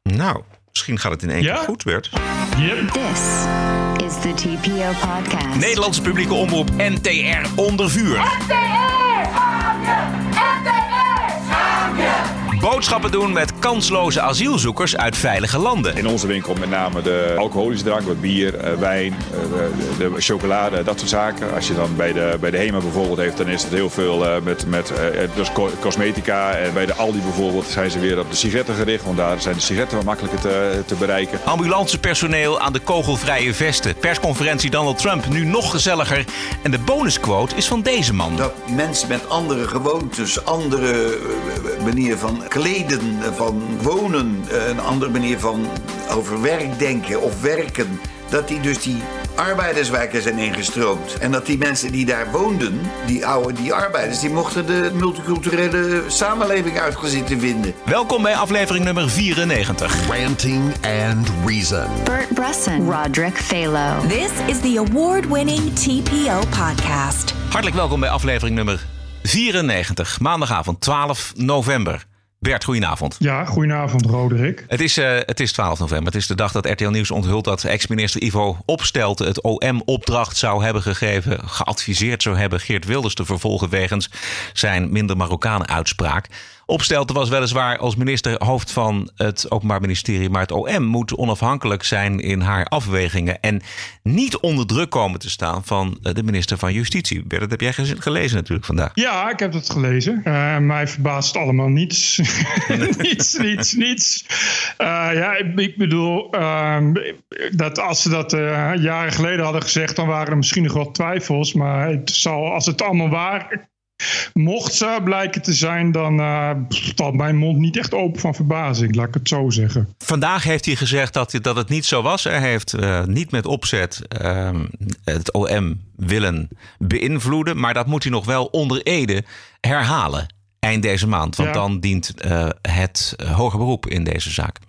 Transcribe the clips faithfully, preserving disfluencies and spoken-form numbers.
Nou, misschien gaat het in één Ja? keer goed, Bert. Yep. This is the T P O podcast. Nederlandse publieke omroep N T R onder vuur. N T R, schaam je! N T R, schaam je! Boodschappen doen met kansloze asielzoekers uit veilige landen. In onze winkel met name de alcoholische drank, bier, uh, wijn, uh, de, de chocolade, dat soort zaken. Als je dan bij de, bij de HEMA bijvoorbeeld heeft, dan is het heel veel uh, met, met uh, dus cosmetica. En bij de Aldi bijvoorbeeld zijn ze weer op de sigaretten gericht, want daar zijn de sigaretten wat makkelijker te, te bereiken. Ambulancepersoneel aan de kogelvrije vesten. Persconferentie Donald Trump nu nog gezelliger. En de bonusquote is van deze man. Dat mensen met andere gewoontes, andere manier van kleden, van wonen, een andere manier van over werk denken of werken, dat die dus die arbeiderswijken zijn ingestroomd. En dat die mensen die daar woonden, die oude, die arbeiders, die mochten de multiculturele samenleving uitgezitten vinden. Welkom bij aflevering nummer vierennegentig. Ranting and Reason. Bert Brussen, Roderick Phalo. This is the award-winning T P O podcast. Hartelijk welkom bij aflevering nummer vierennegentig. Maandagavond twaalf november. Bert, goedenavond. Ja, goedenavond Roderick. Het is, uh, het is twaalf november. Het is de dag dat R T L Nieuws onthult dat ex-minister Ivo Opstelten het O M opdracht zou hebben gegeven, geadviseerd zou hebben Geert Wilders te vervolgen wegens zijn minder Marokkanen uitspraak. Opstelten was weliswaar als minister hoofd van het Openbaar Ministerie, maar het O M moet onafhankelijk zijn in haar afwegingen en niet onder druk komen te staan van de minister van Justitie. Bert, dat heb jij gelezen natuurlijk vandaag. Ja, ik heb het gelezen. Uh, mij verbaast het allemaal niets. niets, niets, niets. Uh, ja, ik bedoel, uh, dat als ze dat uh, jaren geleden hadden gezegd, dan waren er misschien nog wel twijfels. Maar het zal, als het allemaal waar mocht zo blijken te zijn, dan uh, valt mijn mond niet echt open van verbazing, laat ik het zo zeggen. Vandaag heeft hij gezegd dat, dat het niet zo was. Hij heeft uh, niet met opzet uh, het O M willen beïnvloeden, maar dat moet hij nog wel onder ede herhalen eind deze maand. Want ja. dan dient uh, het uh, hoger beroep in deze zaak.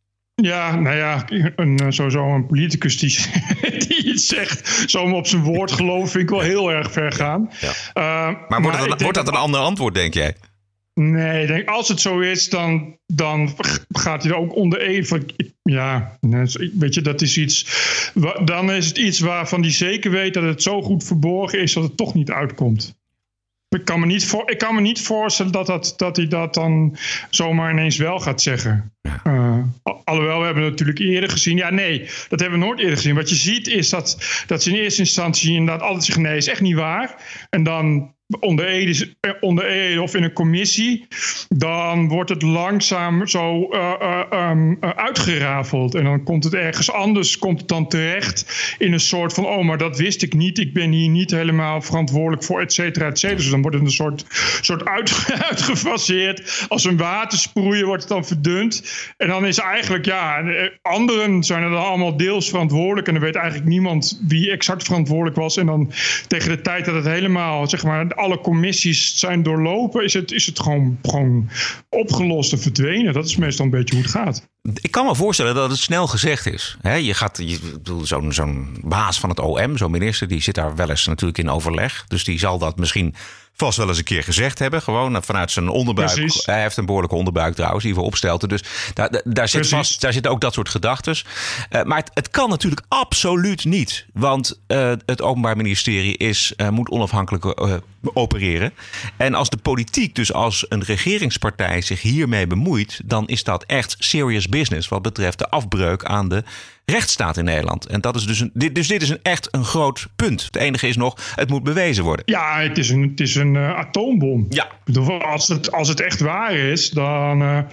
Ja, nou ja, een, sowieso een politicus die, die iets zegt, zomaar op zijn woord geloven, vind ik wel heel erg ver gaan. Ja. Uh, maar wordt, maar dat, wordt dat een ander antwoord, denk jij? Nee, ik denk, als het zo is, dan, dan gaat hij er ook onder even. Ja, weet je, dat is iets. Dan is het iets waarvan hij zeker weet dat het zo goed verborgen is dat het toch niet uitkomt. Ik kan me niet, voor, ik kan me niet voorstellen dat, dat, dat hij dat dan zomaar ineens wel gaat zeggen. Uh, alhoewel, we hebben het natuurlijk eerder gezien. Ja, nee, dat hebben we nooit eerder gezien. Wat je ziet is dat, dat ze in eerste instantie inderdaad altijd zeggen, nee, is echt niet waar. En dan onder ede, onder ede of in een commissie, dan wordt het langzaam zo uh, uh, um, uh, uitgerafeld. En dan komt het ergens anders, komt het dan terecht in een soort van, oh, maar dat wist ik niet. Ik ben hier niet helemaal verantwoordelijk voor, et cetera, et cetera. Dus dan wordt het een soort, soort uit, uitgefaseerd. Als een watersproeier wordt het dan verdund. En dan is eigenlijk, ja, anderen zijn er dan allemaal deels verantwoordelijk. En dan weet eigenlijk niemand wie exact verantwoordelijk was. En dan tegen de tijd dat het helemaal, zeg maar, alle commissies zijn doorlopen, is het, is het gewoon, gewoon opgelost en verdwenen. Dat is meestal een beetje hoe het gaat. Ik kan me voorstellen dat het snel gezegd is. He, je gaat, je, zo'n, zo'n baas van het O M, zo'n minister, die zit daar wel eens natuurlijk in overleg. Dus die zal dat misschien vast wel eens een keer gezegd hebben. Gewoon vanuit zijn onderbuik. Precies. Hij heeft een behoorlijke onderbuik trouwens, Ivo Opstelten. Dus daar, daar, zit vast, daar zitten ook dat soort gedachtes. Uh, maar het, het kan natuurlijk absoluut niet. Want uh, het Openbaar Ministerie is, uh, moet onafhankelijk uh, opereren. En als de politiek, dus als een regeringspartij zich hiermee bemoeit, dan is dat echt serious business wat betreft de afbreuk aan de rechtsstaat in Nederland. En dat is dus een, dit, dus dit is een echt een groot punt. Het enige is nog, het moet bewezen worden. Ja, het is een, het is een uh, atoombom. Ja. Ik bedoel, als het, als het echt waar is, dan Uh,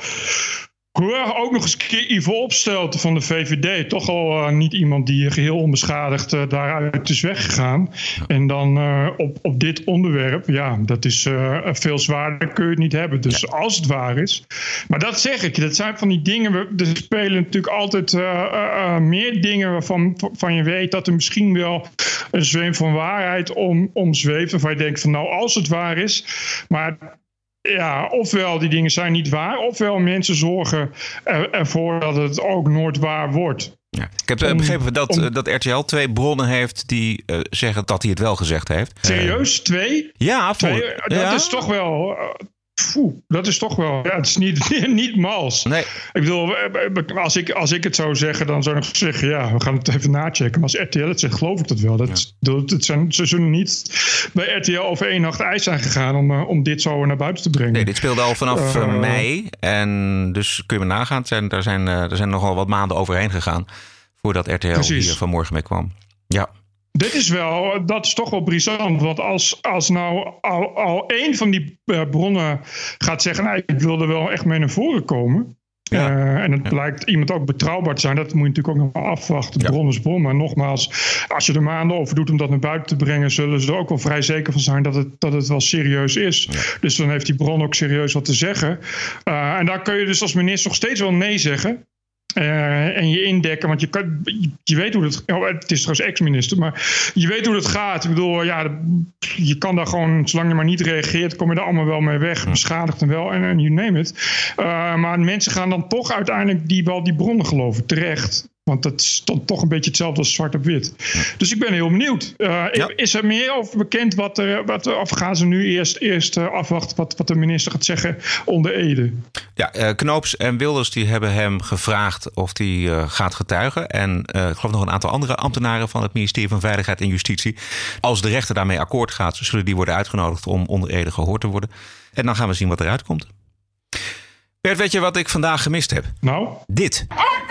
ook nog eens een keer Ivo Opstelten van de V V D. Toch al uh, niet iemand die geheel onbeschadigd uh, daaruit is weggegaan. Ja. En dan uh, op, op dit onderwerp, ja, dat is uh, veel zwaarder kun je het niet hebben. Dus ja. Als het waar is. Maar dat zeg ik, dat zijn van die dingen. Er spelen natuurlijk altijd uh, uh, meer dingen waarvan van je weet dat er misschien wel een zweem van waarheid om, omzweeft. Waarvan je denkt van, nou, als het waar is. Maar ja, ofwel die dingen zijn niet waar, ofwel mensen zorgen er, ervoor dat het ook nooit waar wordt. Ja. Ik heb om, begrepen dat, om, dat R T L twee bronnen heeft die uh, zeggen dat hij het wel gezegd heeft. Serieus? Twee? Ja, voor, twee, dat ja. is toch wel Uh, Poeh, dat is toch wel... Ja, het is niet, niet mals. Nee. Ik bedoel, als ik, als ik het zou zeggen, dan zou ik zeggen... ja, we gaan het even nachecken. Maar als R T L het zegt, geloof ik dat wel. Dat, ja. dat, dat zijn, ze zullen niet bij R T L over één nacht ijs zijn gegaan... om, om dit zo naar buiten te brengen. Nee, dit speelde al vanaf uh, mei. En dus kun je maar nagaan. Zijn, daar, zijn, uh, er zijn nogal wat maanden overheen gegaan... voordat R T L Precies. hier vanmorgen mee kwam. Ja. Dit is wel, dat is toch wel brisant. Want als, als nou al, al één van die uh, bronnen gaat zeggen... Nou, ik wil er wel echt mee naar voren komen... Ja. Uh, en het ja. blijkt iemand ook betrouwbaar te zijn. Dat moet je natuurlijk ook nog maar afwachten. Ja. Bron is bron. Maar nogmaals, als je er maanden over doet om dat naar buiten te brengen... zullen ze er ook wel vrij zeker van zijn dat het, dat het wel serieus is. Ja. Dus dan heeft die bron ook serieus wat te zeggen. Uh, en daar kun je dus als minister nog steeds wel nee zeggen... Uh, en je indekken, want je, kan, je, je weet hoe het... Oh, het is trouwens ex-minister, maar je weet hoe het gaat. Ik bedoel, ja, je kan daar gewoon, zolang je maar niet reageert... kom je er allemaal wel mee weg, beschadigd en wel, en, en you name it. Uh, maar mensen gaan dan toch uiteindelijk die, wel die bronnen geloven, terecht... Want dat is dan toch een beetje hetzelfde als zwart op wit. Ja. Dus ik ben heel benieuwd. Uh, ja. Is er meer over bekend wat er... Wat, of gaan ze nu eerst, eerst uh, afwachten wat, wat de minister gaat zeggen onder Ede? Ja, uh, Knoops en Wilders die hebben hem gevraagd of hij uh, gaat getuigen. En uh, ik geloof nog een aantal andere ambtenaren van het ministerie van Veiligheid en Justitie. Als de rechter daarmee akkoord gaat, zullen die worden uitgenodigd om onder Ede gehoord te worden. En dan gaan we zien wat eruit komt. Bert, weet je wat ik vandaag gemist heb? Nou? Dit.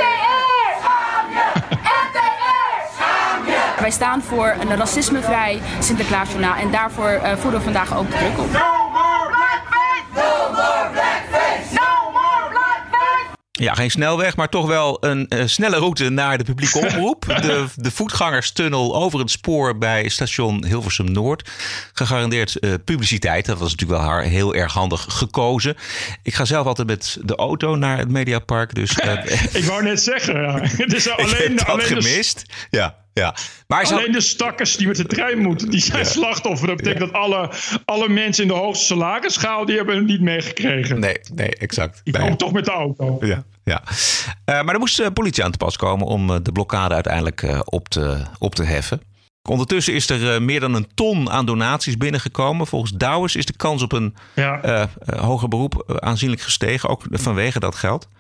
Wij staan voor een racismevrij Sinterklaasjournaal en daarvoor uh, voeren we vandaag ook de druk op. No more blackface! No more blackface! No more blackface! Ja, geen snelweg, maar toch wel een uh, snelle route naar de publieke omroep. De, de voetgangerstunnel over het spoor bij station Hilversum Noord. Gegarandeerd uh, publiciteit. Dat was natuurlijk wel haar heel erg handig gekozen. Ik ga zelf altijd met de auto naar het Mediapark. Dus, uh, ik wou net zeggen, ja. Het is alleen, ik heb dat alleen gemist. De... Ja. Ja. Maar alleen zou... de stakkers die met de trein moeten, die zijn ja. slachtoffer. Dat betekent ja. dat alle, alle mensen in de hoogste salarisschaal, die hebben het niet meegekregen. Nee, nee, exact. Die komen toch met de auto. Ja, ja. Uh, maar er moest uh, politie aan te pas komen om uh, de blokkade uiteindelijk uh, op, te, op te heffen. Ondertussen is er uh, meer dan een ton aan donaties binnengekomen. Volgens Douwes is de kans op een ja. uh, uh, hoger beroep uh, aanzienlijk gestegen, ook vanwege dat geld.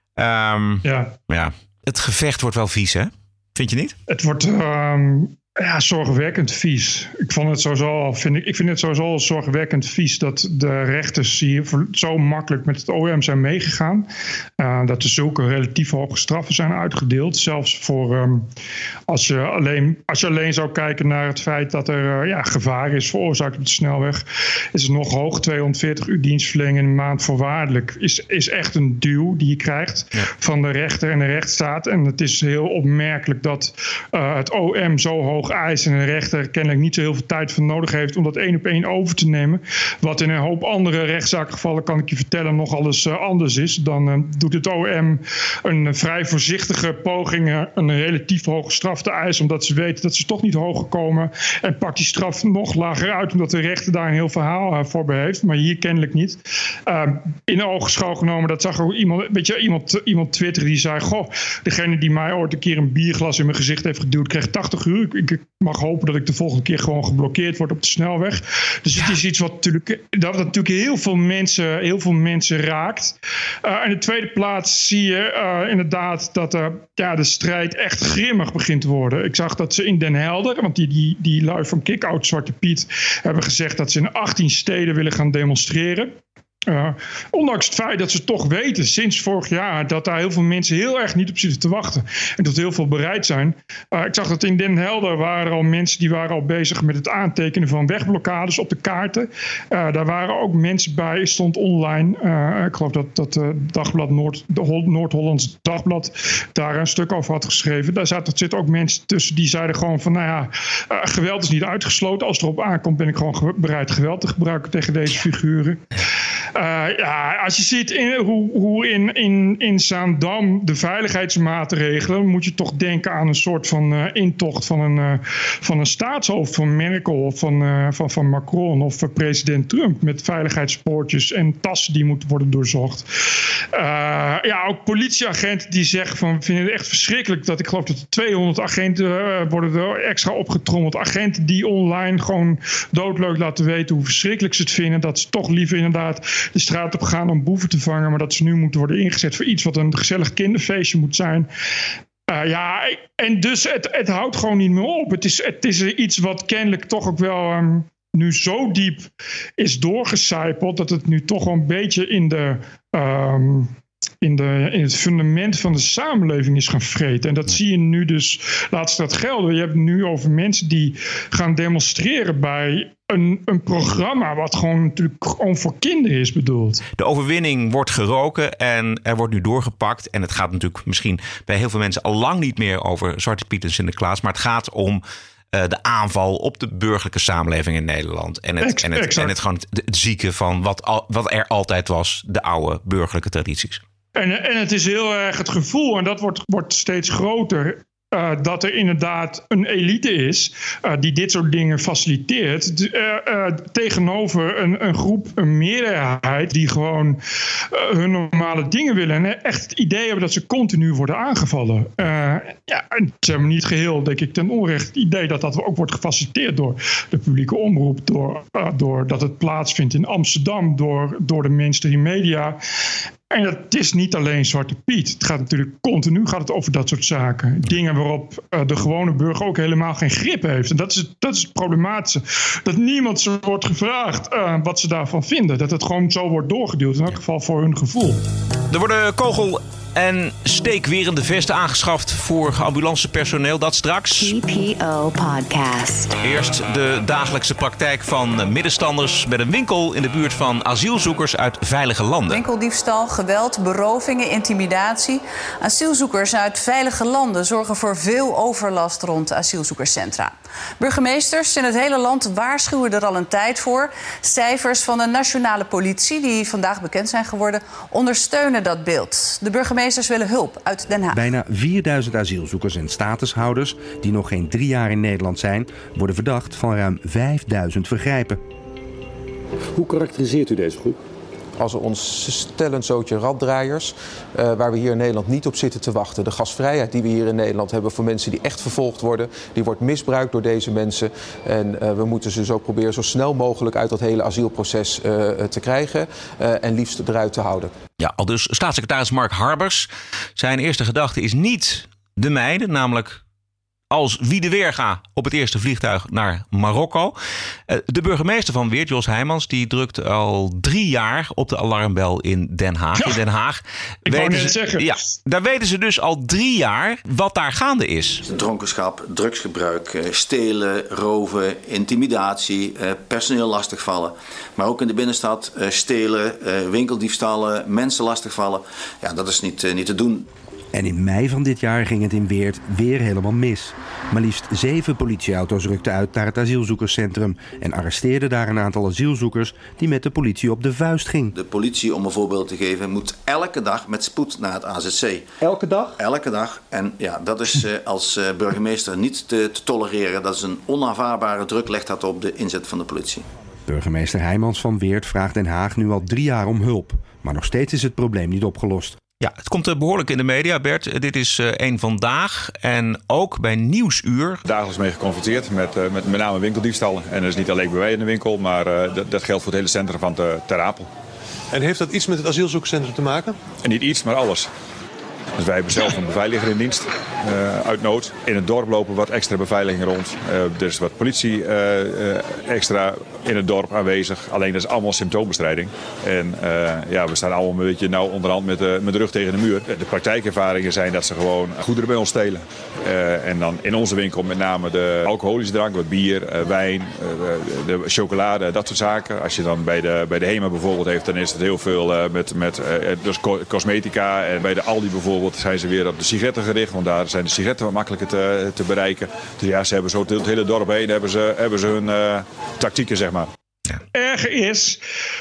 Um, ja. ja. Het gevecht wordt wel vies, hè? Vind je niet? Het wordt um, ja, zorgwekkend vies. Ik, vond het sowieso, vind ik, ik vind het sowieso zorgwekkend vies dat de rechters hier zo makkelijk met het O M zijn meegegaan. Uh, dat er zulke relatief hoge straffen zijn uitgedeeld. Zelfs voor um, als, je alleen, als je alleen zou kijken naar het feit dat er uh, ja, gevaar is veroorzaakt op de snelweg. Is het nog hoog. tweehonderdveertig uur dienstverlening in een maand voorwaardelijk. Is, is echt een duw die je krijgt ja. van de rechter en de rechtsstaat. En het is heel opmerkelijk dat uh, het O M zo hoog eis en een rechter kennelijk niet zo heel veel tijd voor nodig heeft om dat één op één over te nemen. Wat in een hoop andere rechtszaakgevallen, kan ik je vertellen, nogal eens uh, anders is. Dan uh, doet het O M een uh, vrij voorzichtige poging uh, een relatief hoge straf te eisen, omdat ze weten dat ze toch niet hoger komen, en pakt die straf nog lager uit, omdat de rechter daar een heel verhaal uh, voor heeft. Maar hier kennelijk niet. Uh, in ogenschouw genomen, dat zag ook iemand, weet je, iemand, iemand twitteren die zei, goh, degene die mij ooit een keer een bierglas in mijn gezicht heeft geduwd, kreeg tachtig uur. Ik, ik mag hopen dat ik de volgende keer gewoon geblokkeerd word op de snelweg. Dus het is iets wat natuurlijk, dat natuurlijk heel veel mensen, heel veel mensen raakt. Uh, in de tweede plaats zie je uh, inderdaad dat uh, ja, de strijd echt grimmig begint te worden. Ik zag dat ze in Den Helder, want die, die, die lui van Kick-Out Zwarte Piet hebben gezegd dat ze in achttien steden willen gaan demonstreren. Uh, ondanks het feit dat ze toch weten sinds vorig jaar dat daar heel veel mensen heel erg niet op zitten te wachten. En dat heel veel bereid zijn. Uh, ik zag dat in Den Helder waren er al mensen die waren al bezig met het aantekenen van wegblokkades op de kaarten. Uh, daar waren ook mensen bij, stond online. Uh, ik geloof dat, dat uh, Dagblad Noord, de Noord-Hollands Dagblad daar een stuk over had geschreven. Daar zaten, zitten ook mensen tussen die zeiden gewoon van nou ja, uh, geweld is niet uitgesloten. Als het erop aankomt ben ik gewoon ge- bereid geweld te gebruiken tegen deze figuren. Uh, ja, als je ziet in, hoe, hoe in, in, in Zaandam de veiligheidsmaatregelen, moet je toch denken aan een soort van uh, intocht van een, uh, van een staatshoofd van Merkel of van, uh, van, van Macron of uh, president Trump met veiligheidspoortjes en tassen die moeten worden doorzocht. Uh, ja, ook politieagenten die zeggen van, we vinden het echt verschrikkelijk dat ik geloof dat er tweehonderd agenten uh, worden er extra opgetrommeld. Agenten die online gewoon doodleuk laten weten hoe verschrikkelijk ze het vinden, dat ze toch liever inderdaad de straat op gaan om boeven te vangen, maar dat ze nu moeten worden ingezet voor iets wat een gezellig kinderfeestje moet zijn. Uh, ja, en dus het, het houdt gewoon niet meer op. Het is, het is iets wat kennelijk toch ook wel um, nu zo diep is doorgecijpeld, dat het nu toch wel een beetje in de... Um, In, de, in het fundament van de samenleving is gaan vreten. En dat zie je nu dus, laat ze dat gelden. Je hebt het nu over mensen die gaan demonstreren bij een, een programma wat gewoon natuurlijk gewoon voor kinderen is bedoeld. De overwinning wordt geroken en er wordt nu doorgepakt. En het gaat natuurlijk misschien bij heel veel mensen al lang niet meer over Zwarte Piet en Sinterklaas. Maar het gaat om uh, de aanval op de burgerlijke samenleving in Nederland. En het, Ex- en het, en het, gewoon het, het zieken van wat, al, wat er altijd was, de oude burgerlijke tradities. En, en het is heel erg het gevoel, en dat wordt, wordt steeds groter, uh, dat er inderdaad een elite is uh, die dit soort dingen faciliteert. Uh, uh, tegenover een, een groep, een meerderheid die gewoon uh, hun normale dingen willen. En echt het idee hebben dat ze continu worden aangevallen. Uh, ja, en ze hebben niet geheel, denk ik, ten onrecht het idee dat dat ook wordt gefaciliteerd door de publieke omroep. Door, uh, door dat het plaatsvindt in Amsterdam, door, door de mainstream media. En het is niet alleen Zwarte Piet. Het gaat natuurlijk continu gaat het over dat soort zaken. Dingen waarop uh, de gewone burger ook helemaal geen grip heeft. En dat is het, dat is het problematische. Dat niemand zo wordt gevraagd uh, wat ze daarvan vinden. Dat het gewoon zo wordt doorgeduwd. In elk geval voor hun gevoel. Er worden kogel- en steekwerende vesten aangeschaft voor ambulancepersoneel. Dat straks. T P O Podcast. Eerst de dagelijkse praktijk van middenstanders met een winkel in de buurt van asielzoekers uit veilige landen. Winkeldiefstal, geweld, berovingen, intimidatie. Asielzoekers uit veilige landen zorgen voor veel overlast rond asielzoekerscentra. Burgemeesters in het hele land waarschuwen er al een tijd voor. Cijfers van de nationale politie, die vandaag bekend zijn geworden, ondersteunen dat beeld. De burgemeesters willen hulp uit Den Haag. Bijna vierduizend asielzoekers en statushouders die nog geen drie jaar in Nederland zijn, worden verdacht van ruim vijfduizend vergrijpen. Hoe karakteriseert u deze groep? Als ons stellend zootje raddraaiers, uh, waar we hier in Nederland niet op zitten te wachten. De gastvrijheid die we hier in Nederland hebben voor mensen die echt vervolgd worden, die wordt misbruikt door deze mensen. En uh, we moeten ze zo proberen zo snel mogelijk uit dat hele asielproces uh, te krijgen uh, en liefst eruit te houden. Ja, al dus staatssecretaris Mark Harbers. Zijn eerste gedachte is niet de mijne, namelijk als wie de weerga op het eerste vliegtuig naar Marokko. De burgemeester van Weert, Jos Heijmans, die drukt al drie jaar op de alarmbel in Den Haag. Ja, in Den Haag. Ik wou net ze, zeggen. Ja, daar weten ze dus al drie jaar wat daar gaande is. Dronkenschap, drugsgebruik, stelen, roven, intimidatie, personeel lastigvallen. Maar ook in de binnenstad stelen, winkeldiefstallen, mensen lastigvallen. Ja, dat is niet, niet te doen. En in mei van dit jaar ging het in Weert weer helemaal mis. Maar liefst zeven politieauto's rukten uit naar het asielzoekerscentrum en arresteerden daar een aantal asielzoekers die met de politie op de vuist ging. De politie, om een voorbeeld te geven, moet elke dag met spoed naar het A Z C. Elke dag? Elke dag. En ja, dat is uh, als uh, burgemeester niet te, te tolereren. Dat is een onaanvaardbare druk, legt dat op de inzet van de politie. Burgemeester Heijmans van Weert vraagt Den Haag nu al drie jaar om hulp. Maar nog steeds is het probleem niet opgelost. Ja, het komt behoorlijk in de media, Bert. Dit is uh, één vandaag en ook bij Nieuwsuur. Dagelijks mee geconfronteerd met, uh, met met name winkeldiefstallen. En dat is niet alleen bij wij in de winkel, maar uh, dat, dat geldt voor het hele centrum van te, Ter Apel. En heeft dat iets met het asielzoekerscentrum te maken? En niet iets, maar alles. Dus wij hebben zelf een beveiliger in dienst, uh, uit nood. In het dorp lopen wat extra beveiliging rond. Uh, er is wat politie uh, uh, extra in het dorp aanwezig. Alleen dat is allemaal symptoombestrijding. En uh, ja, we staan allemaal een beetje nauw onderhand met de, met de rug tegen de muur. De praktijkervaringen zijn dat ze gewoon goederen bij ons stelen. Uh, en dan in onze winkel met name de alcoholische drank, wat bier, uh, wijn, uh, de chocolade, dat soort zaken. Als je dan bij de, bij de HEMA bijvoorbeeld heeft, dan is het heel veel uh, met, met uh, dus cosmetica. En bij de Aldi bijvoorbeeld zijn ze weer op de sigaretten gericht, want daar zijn de sigaretten wat makkelijker te, te bereiken. Dus ja, ze hebben zo het hele dorp heen hebben ze, hebben ze hun uh, tactieken, zeg maar. Erger is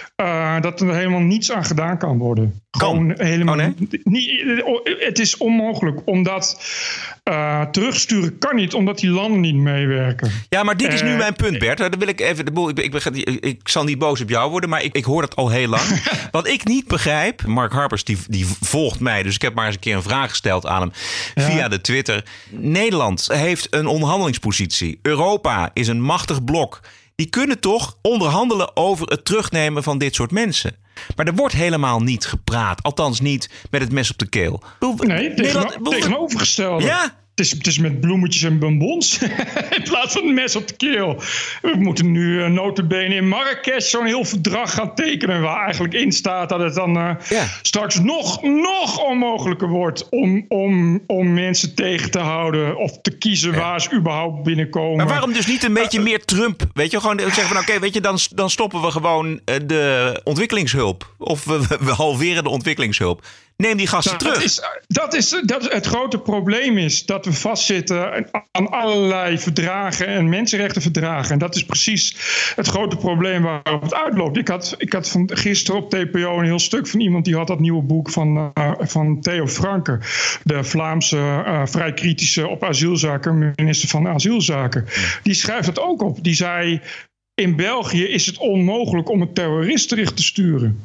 uh, dat er helemaal niets aan gedaan kan worden. Gewoon helemaal oh, nee? niet. Het is onmogelijk, omdat uh, terugsturen kan niet, omdat die landen niet meewerken. Ja, maar dit is nu uh, mijn punt, Bert. Dan wil ik even de boel. Ik, ik, ik, ik zal niet boos op jou worden, maar ik, ik hoor dat al heel lang. Wat ik niet begrijp, Mark Harbers die, die volgt mij, dus ik heb maar eens een keer een vraag gesteld aan hem via ja. de Twitter. Nederland heeft een onderhandelingspositie. Europa is een machtig blok. Die kunnen toch onderhandelen over het terugnemen van dit soort mensen. Maar er wordt helemaal niet gepraat. Althans niet met het mes op de keel. Nee, tegen, tegenovergestelde. Ja. Het is, het is met bloemetjes en bonbons in plaats van een mes op de keel. We moeten nu uh, nota bene in Marrakesh zo'n heel verdrag gaan tekenen... waar eigenlijk in staat dat het dan uh, ja. straks nog, nog onmogelijker wordt... Om, om, om mensen tegen te houden of te kiezen ja. waar ze überhaupt binnenkomen. Maar waarom dus niet een beetje uh, meer Trump? Weet je, gewoon zeggen van oké, okay, weet je, dan, dan stoppen we gewoon de ontwikkelingshulp. Of we, we halveren de ontwikkelingshulp. Neem die gasten nou, terug. Dat is, dat, is, dat is het grote probleem is dat we vastzitten aan allerlei verdragen en mensenrechtenverdragen. En dat is precies het grote probleem waarop het uitloopt. Ik had, ik had van gisteren op T P O een heel stuk van iemand die had dat nieuwe boek van, uh, van Theo Franke. De Vlaamse uh, vrij kritische op asielzaken, minister van Asielzaken. Die schrijft het ook op. Die zei... In België is het onmogelijk om een terrorist terug te sturen.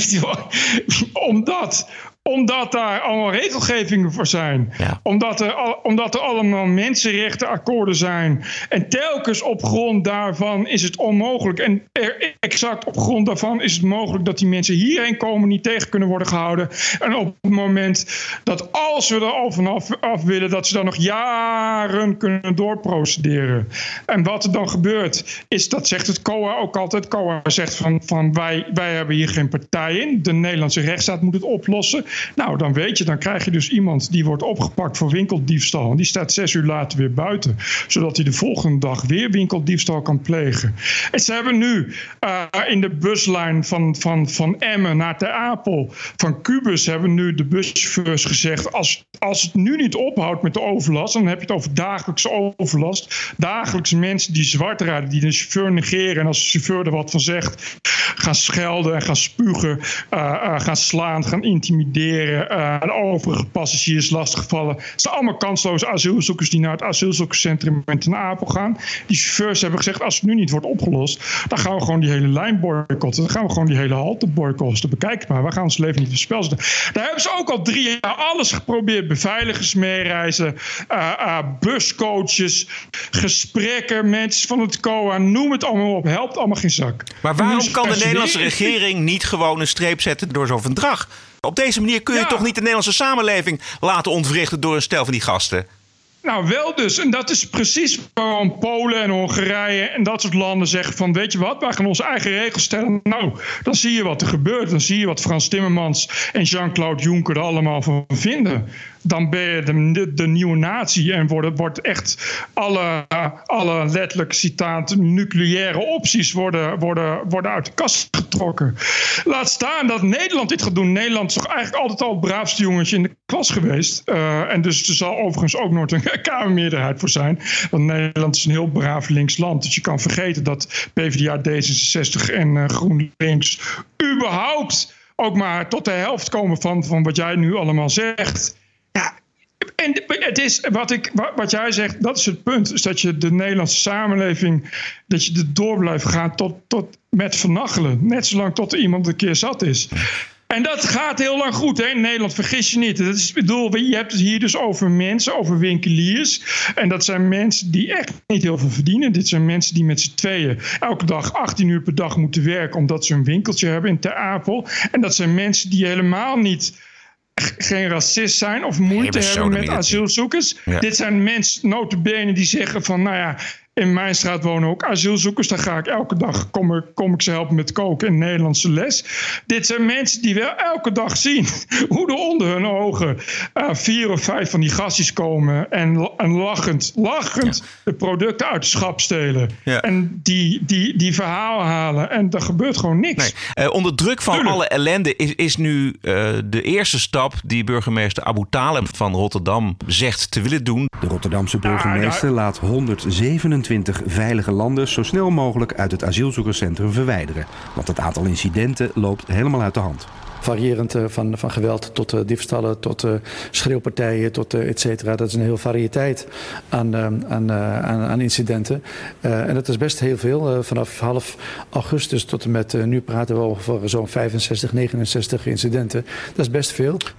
Omdat... Omdat daar allemaal regelgevingen voor zijn. Ja. Omdat, er al, omdat er allemaal mensenrechtenakkoorden zijn. En telkens op grond daarvan is het onmogelijk. En er, exact op grond daarvan is het mogelijk dat die mensen hierheen komen, niet tegen kunnen worden gehouden. En op het moment dat als we er al vanaf af willen, dat ze dan nog jaren kunnen doorprocederen. En wat er dan gebeurt, is dat zegt het C O A ook altijd. C O A zegt van, van wij, wij hebben hier geen partij in. De Nederlandse rechtsstaat moet het oplossen. Nou, dan weet je, dan krijg je dus iemand die wordt opgepakt voor winkeldiefstal. En die staat zes uur later weer buiten. Zodat hij de volgende dag weer winkeldiefstal kan plegen. En ze hebben nu uh, in de buslijn van, van, van Emmen naar Ter Apel, van Cubus, hebben nu de buschauffeurs gezegd, als, als het nu niet ophoudt met de overlast, dan heb je het over dagelijkse overlast. Dagelijkse mensen die zwart rijden, die de chauffeur negeren. En als de chauffeur er wat van zegt, gaan schelden en gaan spugen, uh, uh, gaan slaan, gaan intimideren. Uh, de overige passagiers lastigvallen. Het zijn allemaal kansloze asielzoekers die naar het asielzoekerscentrum in Ten Apel gaan. Die chauffeurs hebben gezegd, als het nu niet wordt opgelost, dan gaan we gewoon die hele lijn boycotten. Dan gaan we gewoon die hele halte boycotten. Bekijk maar, we gaan ons leven niet verspel zetten. Daar hebben ze ook al drie jaar alles geprobeerd. Beveiligers meereizen, uh, uh, buscoaches, gesprekken, mensen van het C O A, noem het allemaal op. Helpt allemaal geen zak. Maar waarom kan de Nederlandse regering niet gewoon een streep zetten door zo'n verdrag? Op deze manier kun je ja. toch niet de Nederlandse samenleving laten ontwrichten door een stel van die gasten? Nou, wel dus. En dat is precies waarom Polen en Hongarije en dat soort landen zeggen van, weet je wat, wij gaan onze eigen regels stellen. Nou, dan zie je wat er gebeurt. Dan zie je wat Frans Timmermans en Jean-Claude Juncker er allemaal van vinden. Dan ben je de, de, de nieuwe natie en wordt, wordt echt alle, alle letterlijk citaat nucleaire opties worden, worden, worden uit de kast getrokken. Laat staan dat Nederland dit gaat doen. Nederland is toch eigenlijk altijd al het braafste jongetje in de klas geweest. Uh, en dus er zal overigens ook nooit een Kamermeerderheid voor zijn. Want Nederland is een heel braaf links land. Dus je kan vergeten dat P v d A, D zesenzestig en uh, GroenLinks überhaupt ook maar tot de helft komen van, van wat jij nu allemaal zegt. Ja, en het is wat, ik, wat jij zegt, dat is het punt. Is dat je de Nederlandse samenleving, dat je er door blijft gaan tot, tot met vernachelen. Net zolang tot er iemand een keer zat is. En dat gaat heel lang goed, hè? In Nederland, vergis je niet. Dat is, bedoel, je hebt het hier dus over mensen, over winkeliers. En dat zijn mensen die echt niet heel veel verdienen. Dit zijn mensen die met z'n tweeën elke dag achttien uur per dag moeten werken, omdat ze een winkeltje hebben in Ter Apel. En dat zijn mensen die helemaal niet geen racist zijn of moeite nee, hebben met asielzoekers. Ja. Dit zijn mensen, nota bene, die zeggen van, nou ja, in mijn straat wonen ook asielzoekers. Daar ga ik elke dag, kom ik, kom ik ze helpen met koken in Nederlandse les. Dit zijn mensen die wel elke dag zien hoe er onder hun ogen uh, vier of vijf van die gastjes komen en, en lachend, lachend ja. de producten uit de schap stelen. Ja. En die, die, die verhalen halen. En er gebeurt gewoon niks. Nee. Uh, onder druk van Tuurlijk. alle ellende is, is nu uh, de eerste stap die burgemeester Abu Taleb van Rotterdam zegt te willen doen. De Rotterdamse burgemeester ah, ja. laat honderdzevenentwintig veilige landers zo snel mogelijk uit het asielzoekerscentrum verwijderen. Want het aantal incidenten loopt helemaal uit de hand. Variërend uh, van, van geweld tot uh, diefstallen, tot uh, schreeuwpartijen, tot uh, et cetera. Dat is een hele variëteit aan, uh, aan, uh, aan, aan incidenten. Uh, en dat is best heel veel. Uh, vanaf half augustus tot en met uh, nu praten we over zo'n vijfenzestig, negenenzestig incidenten. Dat is best veel. Ja.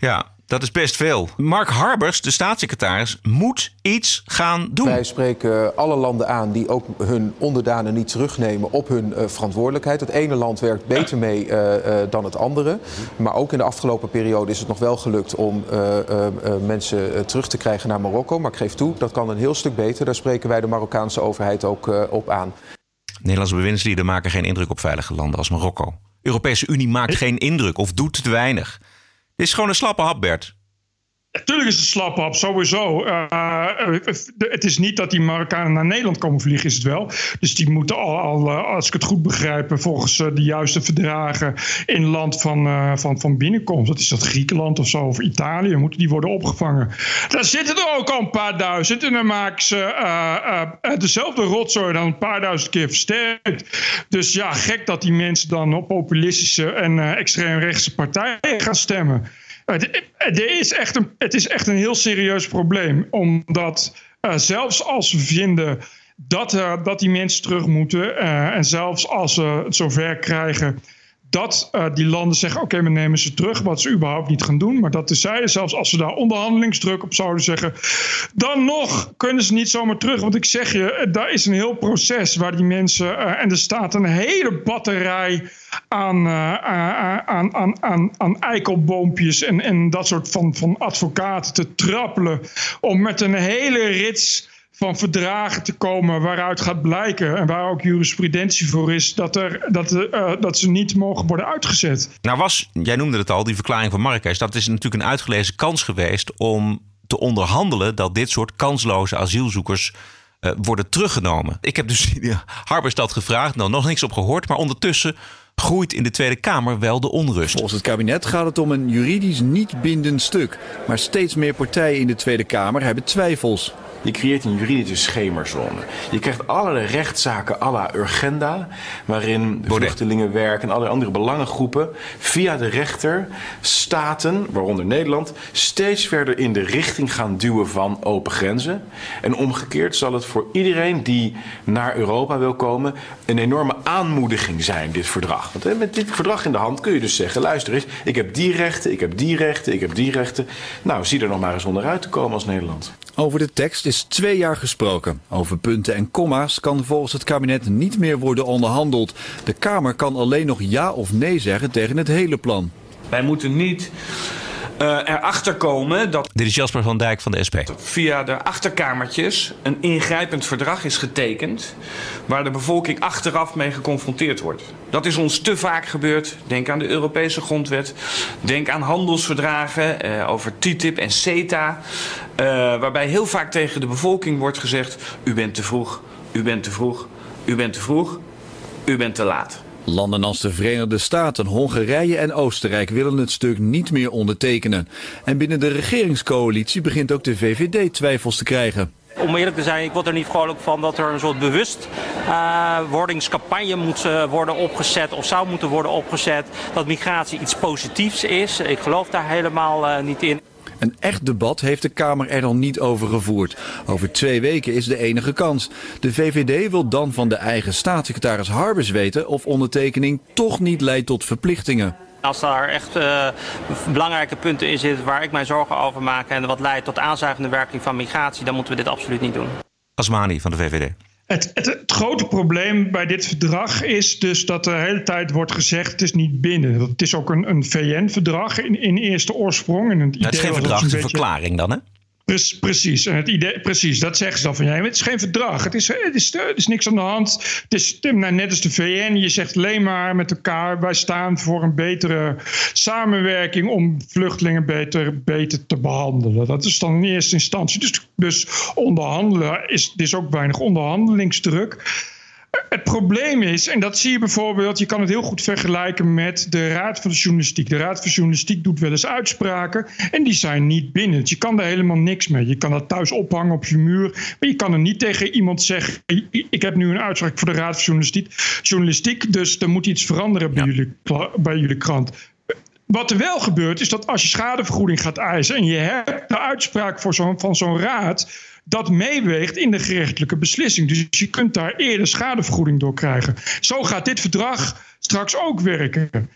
Dat is best veel. Mark Harbers, de staatssecretaris, moet iets gaan doen. Wij spreken alle landen aan die ook hun onderdanen niet terugnemen op hun uh, verantwoordelijkheid. Het ene land werkt beter mee uh, uh, dan het andere. Maar ook in de afgelopen periode is het nog wel gelukt om uh, uh, uh, mensen uh, terug te krijgen naar Marokko. Maar ik geef toe, dat kan een heel stuk beter. Daar spreken wij de Marokkaanse overheid ook uh, op aan. Nederlandse bewindslieden maken geen indruk op veilige landen als Marokko. De Europese Unie maakt geen indruk of doet te weinig. Dit is gewoon een slappe hap, Bert. Natuurlijk is het slappe hap, sowieso. Uh, het is niet dat die Marokkanen naar Nederland komen vliegen, is het wel. Dus die moeten al, al als ik het goed begrijp, volgens de juiste verdragen in land van, uh, van, van binnenkomst. Dat is dat Griekenland of zo, of Italië, moeten die worden opgevangen. Daar zitten er ook al een paar duizend en dan maken ze uh, uh, dezelfde rotzooi dan een paar duizend keer versterkt. Dus ja, gek dat die mensen dan op populistische en uh, extreemrechtse partijen gaan stemmen. Het, het, is echt een, het is echt een heel serieus probleem. Omdat uh, zelfs als we vinden dat, uh, dat die mensen terug moeten... Uh, en zelfs als we het zover krijgen dat uh, die landen zeggen... oké, okay, we nemen ze terug, wat ze überhaupt niet gaan doen. Maar dat tezijde, zelfs als ze daar onderhandelingsdruk op zouden zeggen... dan nog kunnen ze niet zomaar terug. Want ik zeg je, daar is een heel proces waar die mensen... Uh, en er staat een hele batterij... Aan, uh, aan, aan, aan, aan eikelboompjes en, en dat soort van, van advocaten te trappelen... om met een hele rits van verdragen te komen waaruit gaat blijken... en waar ook jurisprudentie voor is, dat, er, dat, uh, dat ze niet mogen worden uitgezet. Nou was, jij noemde het al, die verklaring van Marrakesh... dat is natuurlijk een uitgelezen kans geweest om te onderhandelen... dat dit soort kansloze asielzoekers... Uh, worden teruggenomen. Ik heb dus Harbers dat gevraagd, nou nog niks op gehoord... maar ondertussen groeit in de Tweede Kamer wel de onrust. Volgens het kabinet gaat het om een juridisch niet bindend stuk. Maar steeds meer partijen in de Tweede Kamer hebben twijfels. Je creëert een juridische schemerzone. Je krijgt allerlei rechtszaken à la Urgenda... waarin vluchtelingenwerk en allerlei andere belangengroepen... via de rechter staten, waaronder Nederland... steeds verder in de richting gaan duwen van open grenzen. En omgekeerd zal het voor iedereen die naar Europa wil komen... een enorme aanmoediging zijn, dit verdrag. Want met dit verdrag in de hand kun je dus zeggen... luister eens, ik heb die rechten, ik heb die rechten, ik heb die rechten. Nou, zie er nog maar eens onderuit te komen als Nederland. Over de tekst is twee jaar gesproken. Over punten en komma's kan volgens het kabinet niet meer worden onderhandeld. De Kamer kan alleen nog ja of nee zeggen tegen het hele plan. Wij moeten niet uh, erachter komen dat... Dit is Jasper van Dijk van de S P. Via de achterkamertjes een ingrijpend verdrag is getekend... waar de bevolking achteraf mee geconfronteerd wordt. Dat is ons te vaak gebeurd. Denk aan de Europese grondwet. Denk aan handelsverdragen uh, over T T I P en CETA... Uh, waarbij heel vaak tegen de bevolking wordt gezegd... u bent te vroeg, u bent te vroeg, u bent te vroeg, u bent te laat. Landen als de Verenigde Staten, Hongarije en Oostenrijk willen het stuk niet meer ondertekenen. En binnen de regeringscoalitie begint ook de V V D twijfels te krijgen. Om eerlijk te zijn, ik word er niet vrolijk van dat er een soort bewustwordingscampagne uh, moet uh, worden opgezet of zou moeten worden opgezet. Dat migratie iets positiefs is. Ik geloof daar helemaal uh, niet in. Een echt debat heeft de Kamer er nog niet over gevoerd. Over twee weken is de enige kans. De V V D wil dan van de eigen staatssecretaris Harbers weten of ondertekening toch niet leidt tot verplichtingen. Als daar echt uh, belangrijke punten in zitten waar ik mij zorgen over maak en wat leidt tot aanzuigende werking van migratie, dan moeten we dit absoluut niet doen. Asmani van de V V D. Het, het, het grote probleem bij dit verdrag is dus dat de hele tijd wordt gezegd... het is niet binnen. Het is ook een, een V N-verdrag in, in eerste oorsprong. En het, idee het is geen verdrag, het is een beetje... verklaring dan, hè? Precies, en het idee, precies, dat zeggen ze dan van ja, het is geen verdrag, het is, het is, het is niks aan de hand. Het is nou, net als de V N, je zegt alleen maar met elkaar, wij staan voor een betere samenwerking om vluchtelingen beter, beter te behandelen. Dat is dan in eerste instantie. Dus, dus onderhandelen is, er is ook weinig onderhandelingsdruk. Het probleem is, en dat zie je bijvoorbeeld... je kan het heel goed vergelijken met de Raad van de Journalistiek. De Raad van de Journalistiek doet wel eens uitspraken... en die zijn niet binnen. Dus je kan daar helemaal niks mee. Je kan dat thuis ophangen op je muur... maar je kan er niet tegen iemand zeggen... ik heb nu een uitspraak voor de Raad van Journalistiek, journalistiek dus er moet iets veranderen bij, ja. jullie, bij jullie krant... Wat er wel gebeurt is dat als je schadevergoeding gaat eisen... en je hebt de uitspraak voor zo'n, van zo'n raad... dat meeweegt in de gerechtelijke beslissing. Dus je kunt daar eerder schadevergoeding door krijgen. Zo gaat dit verdrag straks ook werken.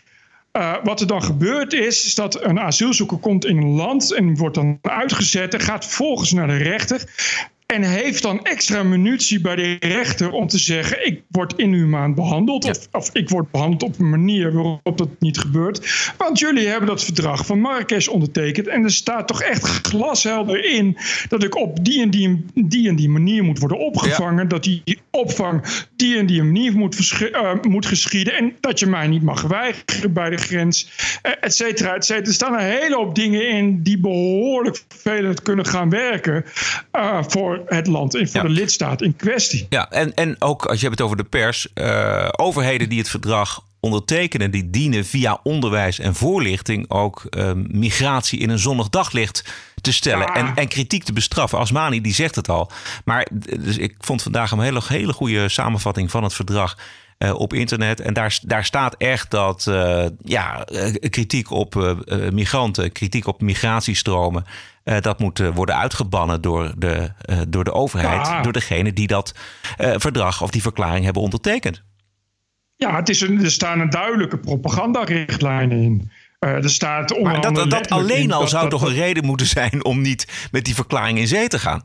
Uh, wat er dan gebeurt is, is dat een asielzoeker komt in een land en wordt dan uitgezet en gaat vervolgens naar de rechter. En heeft dan extra munitie bij de rechter om te zeggen, ik word inhumaan behandeld. Ja. Of, of ik word behandeld op een manier waarop dat niet gebeurt. Want jullie hebben dat verdrag van Marrakesh ondertekend. En er staat toch echt glashelder in dat ik op die en die, die, en die manier moet worden opgevangen. Ja. Dat die opvang die en die manier moet, verschi- uh, moet geschieden. En dat je mij niet mag weigeren bij de grens. Uh, et cetera, et cetera. Er staan een hele hoop dingen in die behoorlijk vervelend kunnen gaan werken uh, voor het land en voor ja. de lidstaat in kwestie. Ja, en, en ook als je hebt het over de pers, uh, overheden die het verdrag ondertekenen, die dienen via onderwijs en voorlichting ook uh, migratie in een zonnig daglicht te stellen ja. en, en kritiek te bestraffen. Asmani die zegt het al. Maar dus ik vond vandaag een hele, hele goede samenvatting van het verdrag Uh, op internet. En daar, daar staat echt dat uh, ja, uh, kritiek op uh, uh, migranten, kritiek op migratiestromen, uh, dat moet uh, worden uitgebannen door de, uh, door de overheid, ja. door degene die dat uh, verdrag of die verklaring hebben ondertekend. Ja, het is een, er staan een duidelijke propagandarichtlijnen in. Uh, er staat onder maar dat, dat, dat alleen al dat, zou dat, toch dat, een reden moeten zijn om niet met die verklaring in zee te gaan?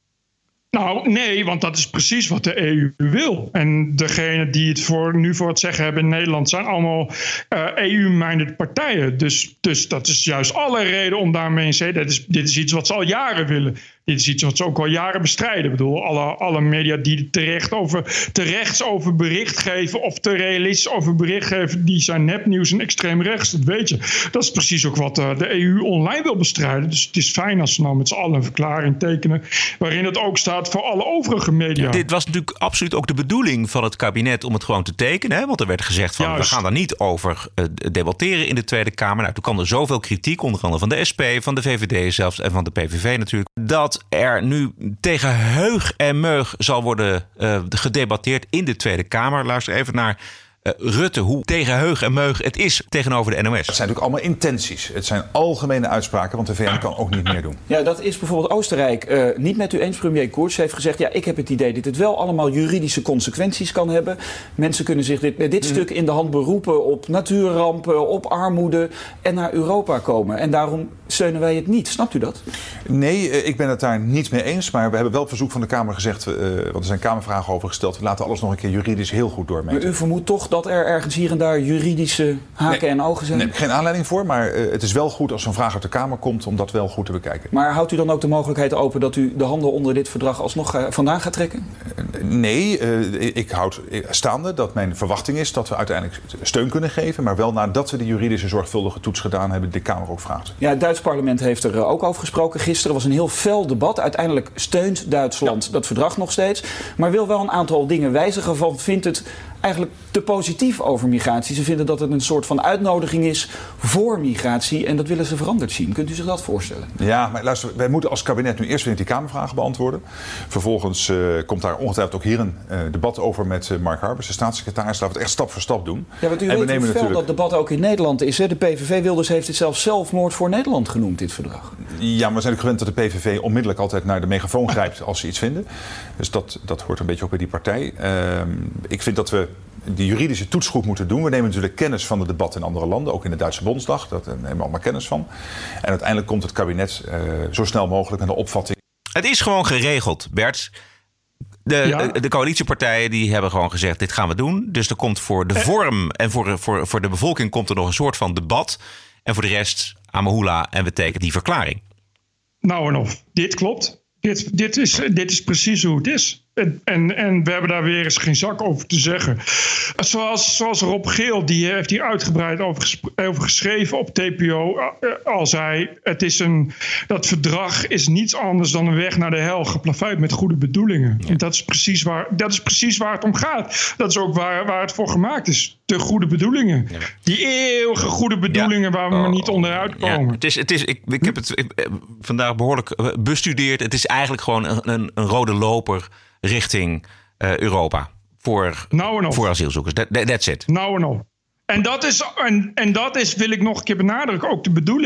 Nou, nee, want dat is precies wat de E U wil. En degenen die het voor, nu voor het zeggen hebben in Nederland zijn allemaal uh, E U-minded partijen. Dus, dus dat is juist alle reden om daarmee in zee. Dit is, dit is iets wat ze al jaren willen. Dit is iets wat ze ook al jaren bestrijden. Ik bedoel, alle, alle media die terecht over, terechts over bericht geven of te realistisch over bericht geven, die zijn nepnieuws en extreem rechts. Dat weet je. Dat is precies ook wat uh, de E U online wil bestrijden. Dus het is fijn als ze nou met z'n allen een verklaring tekenen waarin het ook staat voor alle overige media. Ja, dit was natuurlijk absoluut ook de bedoeling van het kabinet om het gewoon te tekenen. Hè? Want er werd gezegd van Juist. we gaan daar niet over uh, debatteren in de Tweede Kamer. Nou, toen kwam er zoveel kritiek, onder andere van de S P, van de V V D zelfs en van de P V V natuurlijk, dat er nu tegen heug en meug zal worden uh, gedebatteerd in de Tweede Kamer. Luister even naar uh, Rutte, hoe tegen heug en meug het is tegenover de N O S. Het zijn natuurlijk allemaal intenties. Het zijn algemene uitspraken, want de V N kan ook niet meer doen. Ja, dat is bijvoorbeeld Oostenrijk uh, niet met u eens. Premier Koerts heeft gezegd, ja, ik heb het idee dat het wel allemaal juridische consequenties kan hebben. Mensen kunnen zich dit, met dit mm. stuk in de hand beroepen op natuurrampen, op armoede en naar Europa komen. En daarom steunen wij het niet. Snapt u dat? Nee, ik ben het daar niet mee eens. Maar we hebben wel op verzoek van de Kamer gezegd, uh, want er zijn Kamervragen over gesteld, we laten alles nog een keer juridisch heel goed doormeten. Maar u vermoedt toch dat er ergens hier en daar juridische haken nee, en ogen zijn? Nee, geen aanleiding voor, maar uh, het is wel goed als zo'n vraag uit de Kamer komt om dat wel goed te bekijken. Maar houdt u dan ook de mogelijkheid open dat u de handen onder dit verdrag alsnog uh, vandaan gaat trekken? Uh, nee, uh, ik houd staande dat mijn verwachting is dat we uiteindelijk steun kunnen geven, maar wel nadat we de juridische zorgvuldige toets gedaan hebben, de Kamer ook vraagt. Ja, het Duits parlement heeft er uh, ook over gesproken. Gisteren was een heel fel debat. Uiteindelijk steunt Duitsland ja. dat verdrag nog steeds, maar wil wel een aantal dingen wijzigen van vindt het eigenlijk te positief over migratie. Ze vinden dat het een soort van uitnodiging is voor migratie en dat willen ze veranderd zien. Kunt u zich dat voorstellen? Ja, maar luister, wij moeten als kabinet nu eerst weer die Kamervragen beantwoorden. Vervolgens uh, komt daar ongetwijfeld ook hier een uh, debat over met uh, Mark Harbers, de staatssecretaris. Laten we het echt stap voor stap doen. Ja, want u en weet hoe fel natuurlijk dat debat ook in Nederland is. Hè? De P V V Wilders heeft het zelfs zelfmoord voor Nederland genoemd, dit verdrag. Ja, maar we zijn ook gewend dat de P V V onmiddellijk altijd naar de megafoon grijpt als ze iets vinden. Dus dat, dat hoort een beetje ook bij die partij. Uh, ik vind dat we die juridische toets goed moeten doen. We nemen natuurlijk kennis van het debat in andere landen, ook in de Duitse Bondsdag. Daar nemen we allemaal kennis van. En uiteindelijk komt het kabinet uh, zo snel mogelijk met een opvatting. Het is gewoon geregeld, Bert. De, ja. de, de coalitiepartijen die hebben gewoon gezegd, dit gaan we doen. Dus er komt voor de vorm en voor, voor, voor de bevolking komt er nog een soort van debat. En voor de rest, Amahula en we tekenen die verklaring. Nou en of, dit klopt. Dit, dit, is, dit is precies hoe het is. En, en, en we hebben daar weer eens geen zak over te zeggen. Zoals, zoals Rob Geel, die heeft hier uitgebreid over, gesp- over geschreven op T P O. Al zei, het is een, dat verdrag is niets anders dan een weg naar de hel, geplaveid met goede bedoelingen. Ja. En dat is, precies waar, dat is precies waar het om gaat. Dat is ook waar, waar het voor gemaakt is. De goede bedoelingen. Ja. Die eeuwige goede bedoelingen ja. waar we oh, maar niet onderuit komen. Ja. Het is, het is, ik, ik heb het ik, vandaag behoorlijk bestudeerd. Het is eigenlijk gewoon een, een, een rode loper richting uh, Europa voor, nou voor asielzoekers. That, that's it. Nou en op. En dat is, en, en dat is, wil ik nog een keer benadrukken, ook de bedoeling.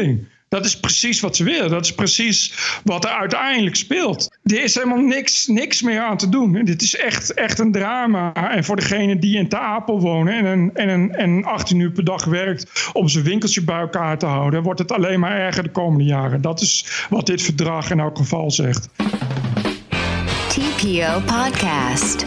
Dat is precies wat ze willen. Dat is precies wat er uiteindelijk speelt. Er is helemaal niks, niks meer aan te doen. Dit is echt, echt een drama. En voor degene die in Ter Apel wonen en een, en, een, en achttien uur per dag werkt om zijn winkeltje bij elkaar te houden, wordt het alleen maar erger de komende jaren. Dat is wat dit verdrag in elk geval zegt. T P O Podcast.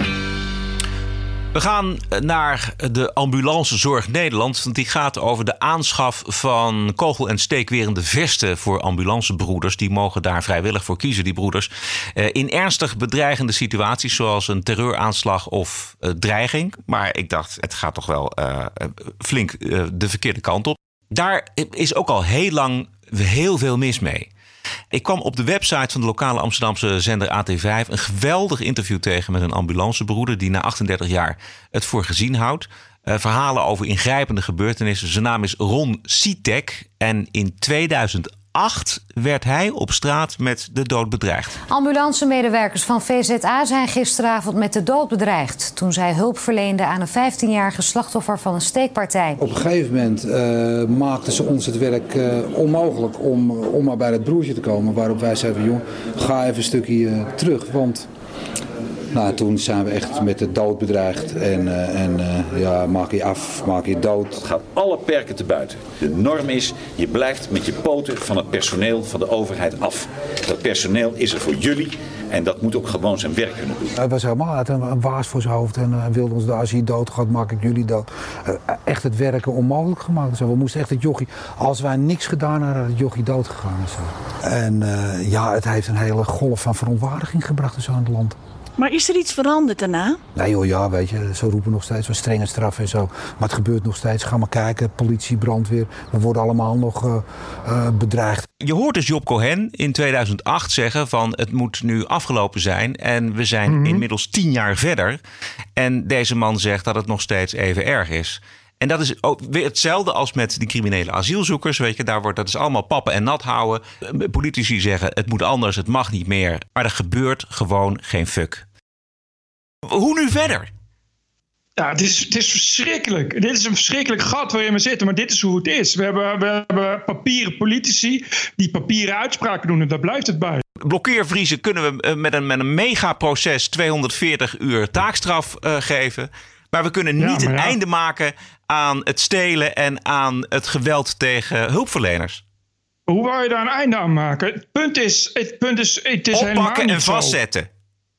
We gaan naar de Ambulancezorg Nederland. Want die gaat over de aanschaf van kogel- en steekwerende vesten voor ambulancebroeders. Die mogen daar vrijwillig voor kiezen, die broeders. In ernstig bedreigende situaties zoals een terreuraanslag of uh, dreiging. Maar ik dacht, het gaat toch wel uh, flink uh, de verkeerde kant op. Daar is ook al heel lang heel veel mis mee. Ik kwam op de website van de lokale Amsterdamse zender A T vijf een geweldig interview tegen met een ambulancebroeder die na achtendertig jaar het voor gezien houdt. Uh, verhalen over ingrijpende gebeurtenissen. Zijn naam is Ron Sitek en in tweeduizend acht werd hij op straat met de dood bedreigd. Ambulancemedewerkers van V Z A zijn gisteravond met de dood bedreigd toen zij hulp verleenden aan een vijftienjarige slachtoffer van een steekpartij. Op een gegeven moment uh, maakten ze ons het werk uh, onmogelijk om, om maar bij het broertje te komen. Waarop wij zeiden, joh, ga even een stukje uh, terug, want... Nou, toen zijn we echt met de dood bedreigd en, uh, en uh, ja, maak je af, maak je dood. Het gaat alle perken te buiten. De norm is, je blijft met je poten van het personeel van de overheid af. Dat personeel is er voor jullie en dat moet ook gewoon zijn werk kunnen doen. Hij was helemaal uit een, een waas voor zijn hoofd en uh, wilde ons, als je dood gaat, maak ik jullie dood. Uh, echt het werken onmogelijk gemaakt. Zo. We moesten echt het jochie, als wij niks gedaan hadden, had het jochie dood gegaan. Zo. En uh, ja, het heeft een hele golf van verontwaardiging gebracht in zo'n land. Maar is er iets veranderd daarna? Nee joh, ja, weet je, zo roepen nog steeds wat strenge straffen en zo. Maar het gebeurt nog steeds. Ga maar kijken, politie, brandweer. We worden allemaal nog uh, uh, bedreigd. Je hoort dus Job Cohen in tweeduizend acht zeggen van het moet nu afgelopen zijn. En we zijn mm-hmm. inmiddels tien jaar verder. En deze man zegt dat het nog steeds even erg is. En dat is ook weer hetzelfde als met die criminele asielzoekers. Weet je, daar wordt dat is allemaal pappen en nat houden. Politici zeggen het moet anders, het mag niet meer. Maar er gebeurt gewoon geen fuck. Hoe nu verder? Ja, het is, het is verschrikkelijk. Dit is een verschrikkelijk gat waarin we zitten. Maar dit is hoe het is. We hebben, we hebben papieren politici die papieren uitspraken doen. En daar blijft het bij. Blokkeervriezen kunnen we met een, met een megaproces tweehonderdveertig uur taakstraf uh, geven. Maar we kunnen niet ja, een ja. einde maken aan het stelen en aan het geweld tegen hulpverleners. Hoe wou je daar een einde aan maken? Het punt is, het punt is, het is oppakken en vastzetten. Zo.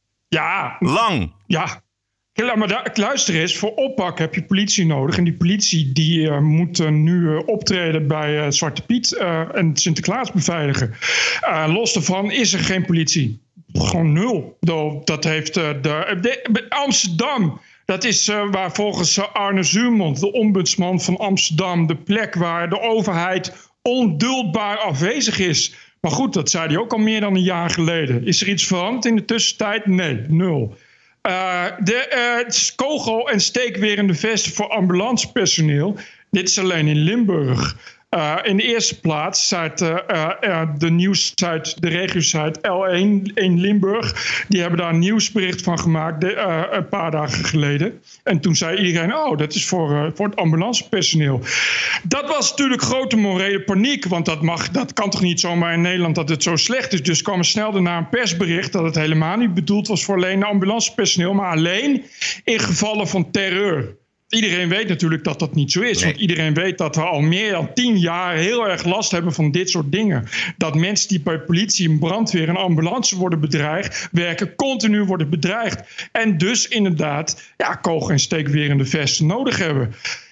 Ja. Lang. Ja. Maar daar, luister eens, voor oppak heb je politie nodig. En die politie die uh, moet uh, nu uh, optreden bij uh, Zwarte Piet uh, en Sinterklaas beveiligen. Uh, los daarvan is er geen politie. Gewoon nul. Dat heeft uh, de, de Amsterdam. Dat is uh, waar volgens uh, Arne Zuurmond, de ombudsman van Amsterdam, de plek waar de overheid onduldbaar afwezig is. Maar goed, dat zei hij ook al meer dan een jaar geleden. Is er iets veranderd in de tussentijd? Nee, nul. Uh, de uh, kogel- en steekwerende vesten voor ambulancepersoneel. Dit is alleen in Limburg. Uh, in de eerste plaats staat uh, uh, de nieuwssite, de regiosite L één in Limburg. Die hebben daar een nieuwsbericht van gemaakt de, uh, een paar dagen geleden. En toen zei iedereen, oh, dat is voor, uh, voor het ambulancepersoneel. Dat was natuurlijk grote morele paniek. Want dat, mag, dat kan toch niet zomaar in Nederland dat het zo slecht is. Dus kwam er snel daarna een persbericht dat het helemaal niet bedoeld was voor alleen ambulancepersoneel. Maar alleen in gevallen van terreur. Iedereen weet natuurlijk dat dat niet zo is. Nee. Want iedereen weet dat we al meer dan tien jaar heel erg last hebben van dit soort dingen. Dat mensen die bij politie en brandweer en ambulance worden bedreigd, werken continu worden bedreigd. En dus inderdaad ja, kogel- en steekwerende vesten nodig hebben.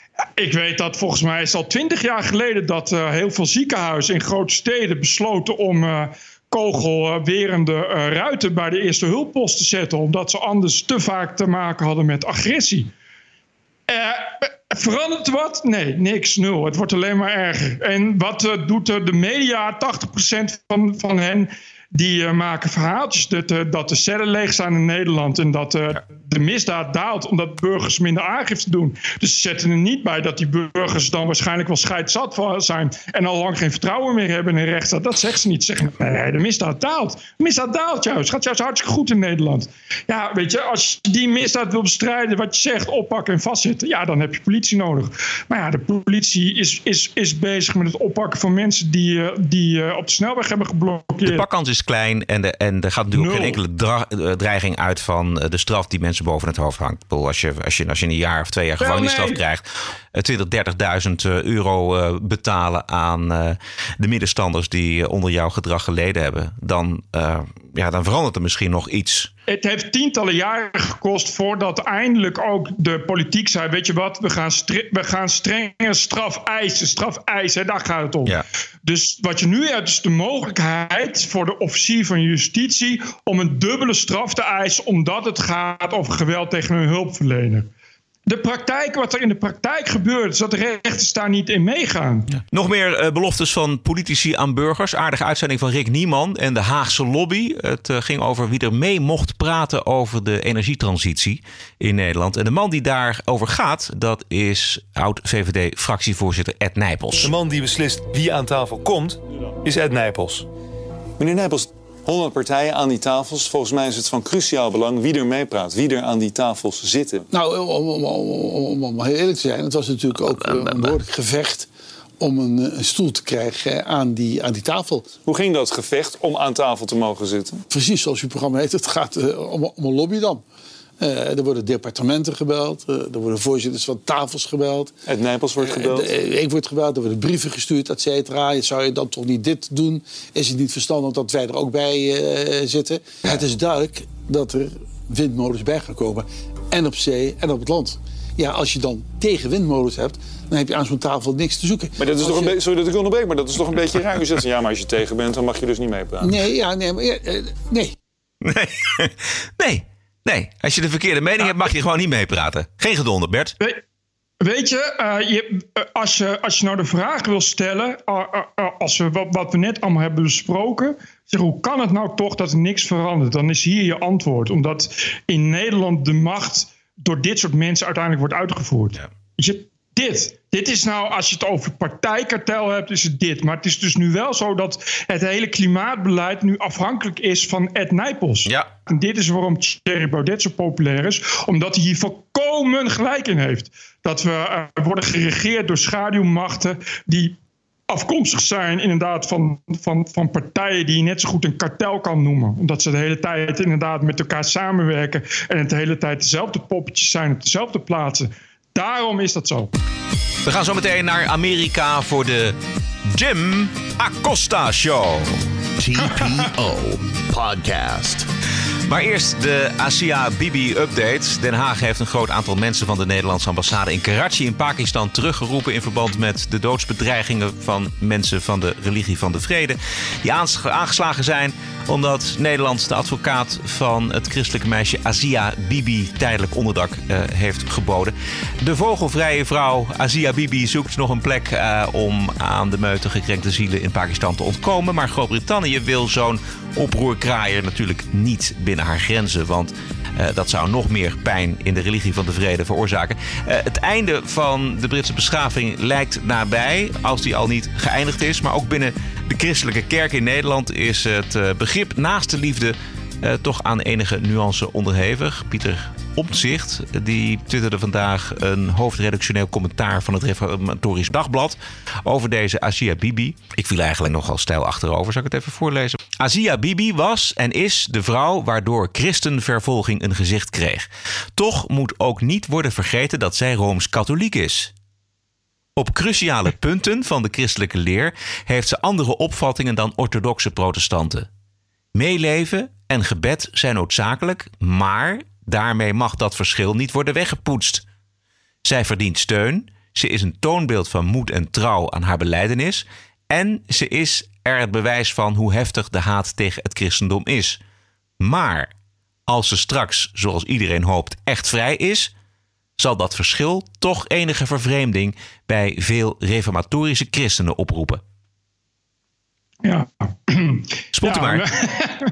Ik weet dat volgens mij is al twintig jaar geleden dat uh, heel veel ziekenhuizen in grote steden besloten om Uh, kogelwerende uh, ruiten bij de eerste hulppost te zetten. Omdat ze anders te vaak te maken hadden met agressie. Uh, verandert wat? Nee, niks, nul. Het wordt alleen maar erger. En wat uh, doet uh, de media? tachtig procent van, van hen die uh, maken verhaaltjes dat, uh, dat de cellen leeg zijn in Nederland en dat uh, ja. de misdaad daalt omdat burgers minder aangifte doen. Dus ze zetten er niet bij dat die burgers dan waarschijnlijk wel scheidzat zijn en al lang geen vertrouwen meer hebben in de rechtsstaat. Dat zeggen ze niet. Ze zeggen, nee, de misdaad daalt. De misdaad daalt juist. Het gaat juist hartstikke goed in Nederland. Ja, weet je, als je die misdaad wil bestrijden, wat je zegt, oppakken en vastzetten, ja, dan heb je politie nodig. Maar ja, de politie is, is, is bezig met het oppakken van mensen die, uh, die uh, op de snelweg hebben geblokkeerd. De pakkans is klein en, de, en er gaat natuurlijk ook geen enkele dra- dreiging uit van de straf die mensen boven het hoofd hangt. Als je, als je, als je een jaar of twee jaar gevangenisstraf nee. krijgt, twintig, dertigduizend euro uh, betalen aan uh, de middenstanders die onder jouw gedrag geleden hebben, dan, uh, ja, dan verandert er misschien nog iets. Het heeft tientallen jaren gekost voordat eindelijk ook de politiek zei, weet je wat, we gaan, stri- we gaan strenge straf eisen. Straf eisen, daar gaat het om. Ja. Dus wat je nu hebt is de mogelijkheid voor de officier van justitie om een dubbele straf te eisen omdat het gaat over geweld tegen een hulpverlener. De praktijk, wat er in de praktijk gebeurt, is dat de rechters daar niet in meegaan. Ja. Nog meer uh, beloftes van politici aan burgers. Aardige uitzending van Rick Nieman en de Haagse lobby. Het uh, ging over wie er mee mocht praten over de energietransitie in Nederland. En de man die daarover gaat, dat is oud-V V D-fractievoorzitter Ed Nijpels. De man die beslist wie aan tafel komt, is Ed Nijpels. Meneer Nijpels, honderd partijen aan die tafels. Volgens mij is het van cruciaal belang wie er meepraat, wie er aan die tafels zitten. Nou, om, om, om, om heel eerlijk te zijn, het was natuurlijk ook een behoorlijk gevecht om een, een stoel te krijgen aan die, aan die tafel. Hoe ging dat gevecht om aan tafel te mogen zitten? Precies zoals uw programma heet, het gaat uh, om, om een lobbydam. Uh, er worden departementen gebeld, uh, er worden voorzitters van tafels gebeld. Ed Nijpels wordt gebeld. Uh, de, ik word gebeld, er worden brieven gestuurd, et cetera. Zou je dan toch niet dit doen? Is het niet verstandig dat wij er ook bij uh, zitten? Ja. Het is duidelijk dat er windmolens bij gaan komen. En op zee en op het land. Ja, als je dan tegen windmolens hebt, dan heb je aan zo'n tafel niks te zoeken. Maar dat is als toch je... een beetje, sorry dat ik onderbreek, maar dat is toch een beetje raar. U zegt, ja, maar als je tegen bent, dan mag je dus niet meepraten. Nee, ja, nee, maar, ja, uh, nee. Nee, nee. Nee, als je de verkeerde mening ja. hebt, mag je gewoon niet meepraten. Geen gedonder, Bert. We, weet je, uh, je uh, als, je, als je nou de vraag wil stellen, uh, uh, als we wat, wat we net allemaal hebben besproken, zeg, hoe kan het nou toch dat er niks verandert? Dan is hier je antwoord. Omdat in Nederland de macht door dit soort mensen uiteindelijk wordt uitgevoerd. Ja. Weet je, dit. Dit is nou, als je het over partijkartel hebt, is het dit. Maar het is dus nu wel zo dat het hele klimaatbeleid nu afhankelijk is van Ed Nijpels. Ja. En dit is waarom Thierry Baudet zo populair is. Omdat hij hier volkomen gelijk in heeft. Dat we uh, worden geregeerd door schaduwmachten die afkomstig zijn inderdaad van, van, van partijen die je net zo goed een kartel kan noemen. Omdat ze de hele tijd inderdaad met elkaar samenwerken en het de hele tijd dezelfde poppetjes zijn op dezelfde plaatsen. Daarom is dat zo. We gaan zo meteen naar Amerika voor de Jim Acosta Show. T P O Podcast. Maar eerst de Asia Bibi-update. Den Haag heeft een groot aantal mensen van de Nederlandse ambassade in Karachi in Pakistan teruggeroepen in verband met de doodsbedreigingen van mensen van de religie van de vrede. Die aangeslagen zijn omdat Nederland de advocaat van het christelijke meisje Asia Bibi tijdelijk onderdak uh, heeft geboden. De vogelvrije vrouw Asia Bibi zoekt nog een plek uh, om aan de meute gekrenkte zielen in Pakistan te ontkomen. Maar Groot-Brittannië wil zo'n oproerkraaier natuurlijk niet binnen haar grenzen. Want uh, dat zou nog meer pijn in de religie van de vrede veroorzaken. Uh, het einde van de Britse beschaving lijkt nabij, als die al niet geëindigd is. Maar ook binnen de christelijke kerk in Nederland is het uh, begrip naaste liefde uh, toch aan enige nuance onderhevig. Pieter Omtzigt, die twitterde vandaag een hoofdredactioneel commentaar van het Reformatorisch Dagblad over deze Asia Bibi. Ik viel eigenlijk nogal stijl achterover, zal ik het even voorlezen. Asia Bibi was en is de vrouw waardoor christenvervolging een gezicht kreeg. Toch moet ook niet worden vergeten dat zij Rooms-katholiek is. Op cruciale punten van de christelijke leer heeft ze andere opvattingen dan orthodoxe protestanten. Meeleven en gebed zijn noodzakelijk, maar daarmee mag dat verschil niet worden weggepoetst. Zij verdient steun, ze is een toonbeeld van moed en trouw aan haar belijdenis en ze is er het bewijs van hoe heftig de haat tegen het christendom is. Maar als ze straks, zoals iedereen hoopt, echt vrij is, zal dat verschil toch enige vervreemding bij veel reformatorische christenen oproepen. Ja. Spot ja, maar.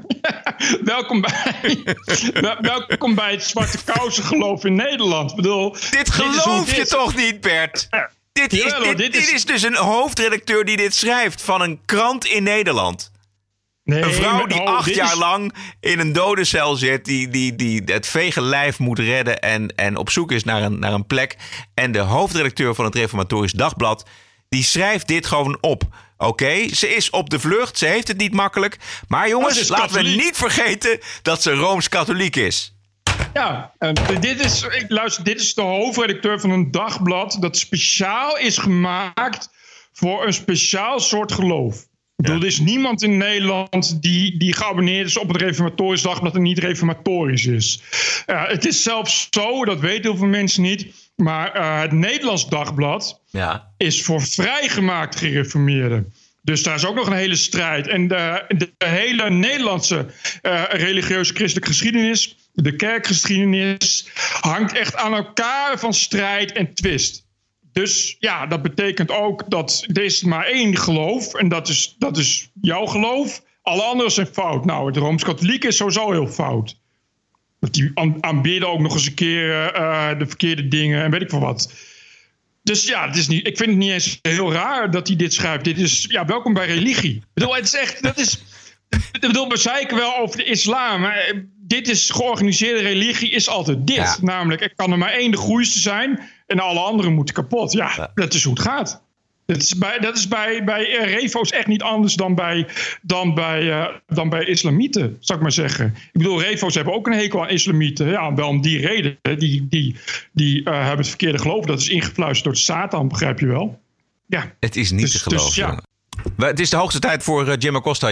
welkom, bij, welkom bij het zwarte kousengeloof in Nederland. Ik bedoel, dit geloof dit je toch niet, Bert? Dit, is, dit, dit, dit is dus een hoofdredacteur die dit schrijft van een krant in Nederland. Nee, een vrouw die oh, acht jaar is... lang in een dodencel zit, die, die, die het vege lijf moet redden en, en op zoek is naar een, naar een plek. En de hoofdredacteur van het Reformatorisch Dagblad, die schrijft dit gewoon op. Oké, okay, ze is op de vlucht, ze heeft het niet makkelijk. Maar jongens, laten katholiek. we niet vergeten dat ze Rooms-katholiek is. Ja, uh, dit is, ik luister, dit is de hoofdredacteur van een dagblad dat speciaal is gemaakt voor een speciaal soort geloof. Ik bedoel, ja. Er is niemand in Nederland die, die geabonneerd is op het Reformatorisch Dagblad en niet reformatorisch is. Uh, het is zelfs zo, dat weten heel veel mensen niet, maar uh, het Nederlands Dagblad ja. is voor vrijgemaakt gereformeerden. Dus daar is ook nog een hele strijd. En de, de hele Nederlandse uh, religieuze christelijke geschiedenis, de kerkgeschiedenis, hangt echt aan elkaar van strijd en twist. Dus ja, dat betekent ook dat er is maar één geloof. En dat is, dat is jouw geloof. Alle anderen zijn fout. Nou, het Rooms-Katholiek is sowieso heel fout. Dat die aanbidden ook nog eens een keer uh, de verkeerde dingen en weet ik veel wat. Dus ja, het is niet, ik vind het niet eens heel raar dat hij dit schrijft. Dit is, ja, welkom bij religie. Ik bedoel, het is echt, dat is, ik bedoel, we zeiken wel over de islam, maar dit is georganiseerde religie, is altijd dit. Ja. Namelijk, er kan er maar één de goeiste zijn en alle anderen moeten kapot. Ja, ja. Dat is hoe het gaat. Dat is bij, dat is bij, bij refo's echt niet anders dan bij, dan, bij, uh, dan bij islamieten, zou ik maar zeggen. Ik bedoel, refo's hebben ook een hekel aan islamieten. Ja, wel om die reden. Die, die, die uh, hebben het verkeerde geloof. Dat is ingefluisterd door de Satan, begrijp je wel. Ja. Het is niet dus, te geloven. Dus, ja. Het is de hoogste tijd voor uh, Jim Acosta.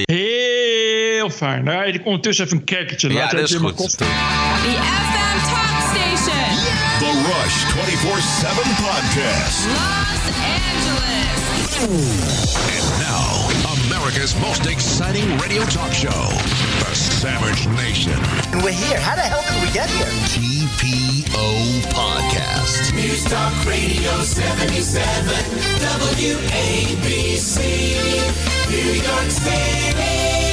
Heel fijn. Nou, ik ondertussen even een kerkertje. Ja, dat is Jim goed. Acosta. The F M Talk Station. Yeah. The Rush twenty-four seven Podcast. Los Angeles. And now, America's most exciting radio talk show, The Savage Nation. And we're here. How the hell did we get here? T P O Podcast. News Talk Radio seventy-seven, W A B C, New York City.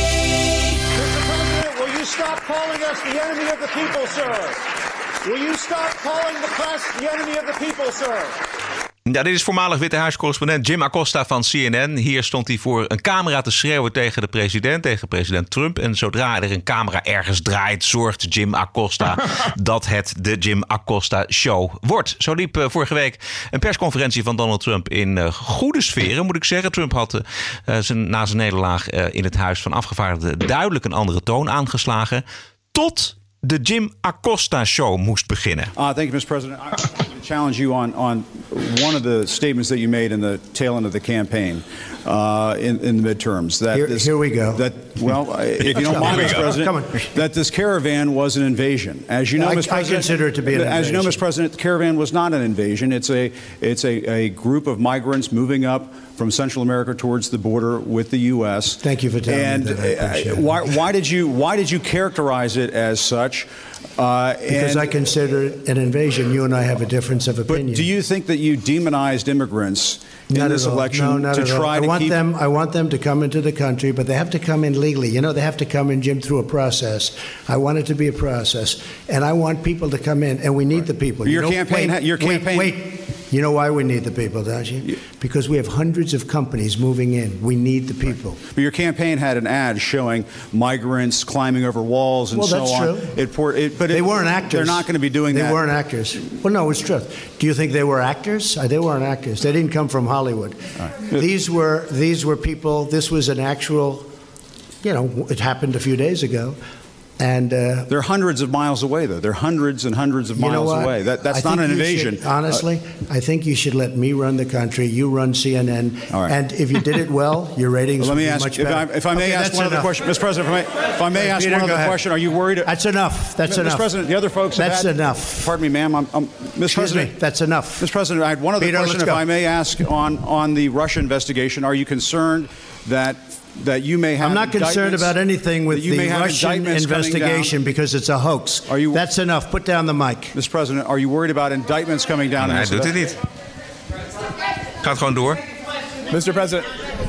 Mister President, will you stop calling us the enemy of the people, sir? Will you stop calling the press the enemy of the people, sir? Ja, dit is voormalig Witte Huis-correspondent Jim Acosta van C N N. Hier stond hij voor een camera te schreeuwen tegen de president, tegen president Trump. En zodra er een camera ergens draait, zorgt Jim Acosta dat het de Jim Acosta Show wordt. Zo liep uh, vorige week een persconferentie van Donald Trump in uh, goede sferen, moet ik zeggen. Trump had uh, zijn, na zijn nederlaag uh, in het Huis van Afgevaardigden duidelijk een andere toon aangeslagen. Tot de Jim Acosta Show moest beginnen. Uh, thank you, Mister President. I want to challenge you on, on one of the statements that you made in the tail end of the campaign uh, in, in the midterms. That here, this, here we go. That, well, if you don't mind, Mister President, Come on. that this caravan was an invasion. As you know, I, Mister I President, consider it to be an invasion. As you know, Mister President, the caravan was not an invasion. It's a, it's a, a group of migrants moving up from Central America towards the border with the U S. Thank you for telling and, me that. I appreciate uh, why, why did you why did you characterize it as such? Uh, because I consider it an invasion. You and I have a difference of opinion. But do you think that you demonized immigrants in not this election no, not to at try all. I to want keep them? I want them to come into the country, but they have to come in legally. You know, they have to come in, Jim, through a process. I want it to be a process, and I want people to come in, and we need the people. Your you know, campaign. Wait, your campaign. Wait, wait. You know why we need the people, don't you? Because we have hundreds of companies moving in. We need the people. Right. But your campaign had an ad showing migrants climbing over walls and well, so that's on. True. It, pour, it, but they it, weren't actors. They're not going to be doing they that. They weren't actors. Well, no, it's true. Do you think they were actors? Uh, they weren't actors. They didn't come from Hollywood. Right. These were these were people. This was an actual. You know, it happened a few days ago. And uh, they're hundreds of miles away, though. They're hundreds and hundreds of you know miles what? away. That, that's I not an invasion. Should, honestly, uh, I think you should let me run the country. You run C N N. All right. And if you did it well, your ratings well, let would me be ask, much if better. I, if I may okay, ask one enough. other question, Mister President, if I may, if I may ask Peter, one other ahead. question, are you worried? That's enough. That's Mister enough. Mister President, the other folks have That's had, enough. Pardon me, ma'am. I'm, I'm, Mister Excuse President, me. That's enough. Mister President, I had one other Peter, question, if go. I may ask, on, on the Russia investigation. Are you concerned that that you may have I'm not concerned about anything with you the may have Russian investigation because it's a hoax. Are you, That's enough. Put down the mic. Mister President, are you worried about indictments coming down? Nee, hij doet het niet. Gaat gewoon door. Mister President.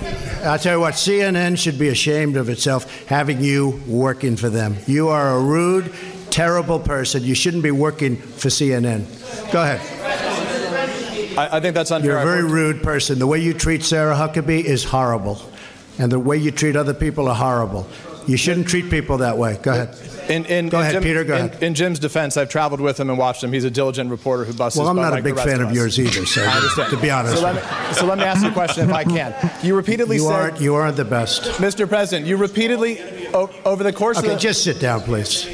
I'll tell you what, C N N should be ashamed of itself having you working for them. You are a rude, terrible person. You shouldn't be working for C N N. Go ahead. I, I think that's unfair. You're a very rude person. The way you treat Sarah Huckabee is horrible. And the way you treat other people are horrible. You shouldn't treat people that way. Go ahead. In, in, go in ahead, Jim, Peter, go in, aheld. In Jim's defense, I've traveled with him and watched him. He's a diligent reporter who busts Well, his I'm butt not like a big the rest fan of of us. yours either, so I understand. to be honest. So let, me, so let me ask you a question if I can. You repeatedly you said... Aren't, you aren't the best. Mister President, you repeatedly, o- over the course okay, of the... just sit down, please.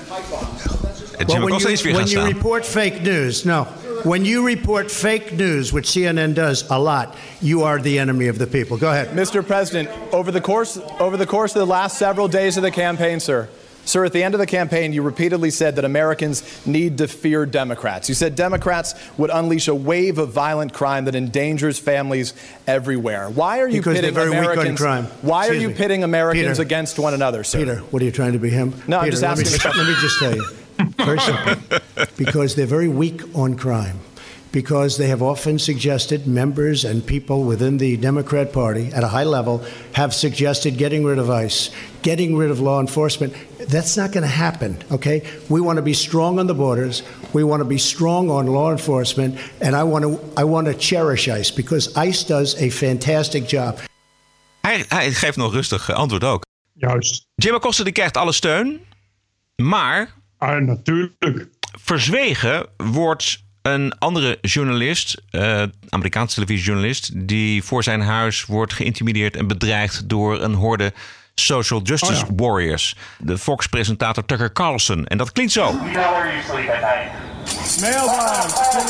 Jim Well, when Acosta you, is weer when gaan you staan. report fake news, no. When you report fake news, which C N N does a lot, you are the enemy of the people. Go ahead. Mister President, over the course over the course of the last several days of the campaign, sir, sir, at the end of the campaign, you repeatedly said that Americans need to fear Democrats. You said Democrats would unleash a wave of violent crime that endangers families everywhere. Why are you Because pitting they're very weak on Americans? crime. Why Excuse are you me. pitting Americans Peter. against one another, sir? Peter, what are you trying to be him? No, I'm Peter, just let me asking just, a question. let me just tell you. Very simple. Because they're very weak on crime. Because they have often suggested, members and people within the Democrat Party at a high level have suggested getting rid of ICE, getting rid of law enforcement. That's not going to happen, okay? We want to be strong on the borders. We want to be strong on law enforcement. And I want to, I want to cherish ICE because ICE does a fantastic job. Hij, hij geeft nog rustig antwoord ook. Juist. Jim Acosta die krijgt alle steun. Maar... Ah, natuurlijk. Verzwegen wordt een andere journalist, uh, Amerikaanse televisiejournalist, die voor zijn huis wordt geïntimideerd en bedreigd door een horde social justice oh ja. warriors. De Fox-presentator Tucker Carlson. En dat klinkt zo. We know where you sleep at night. Mailbox.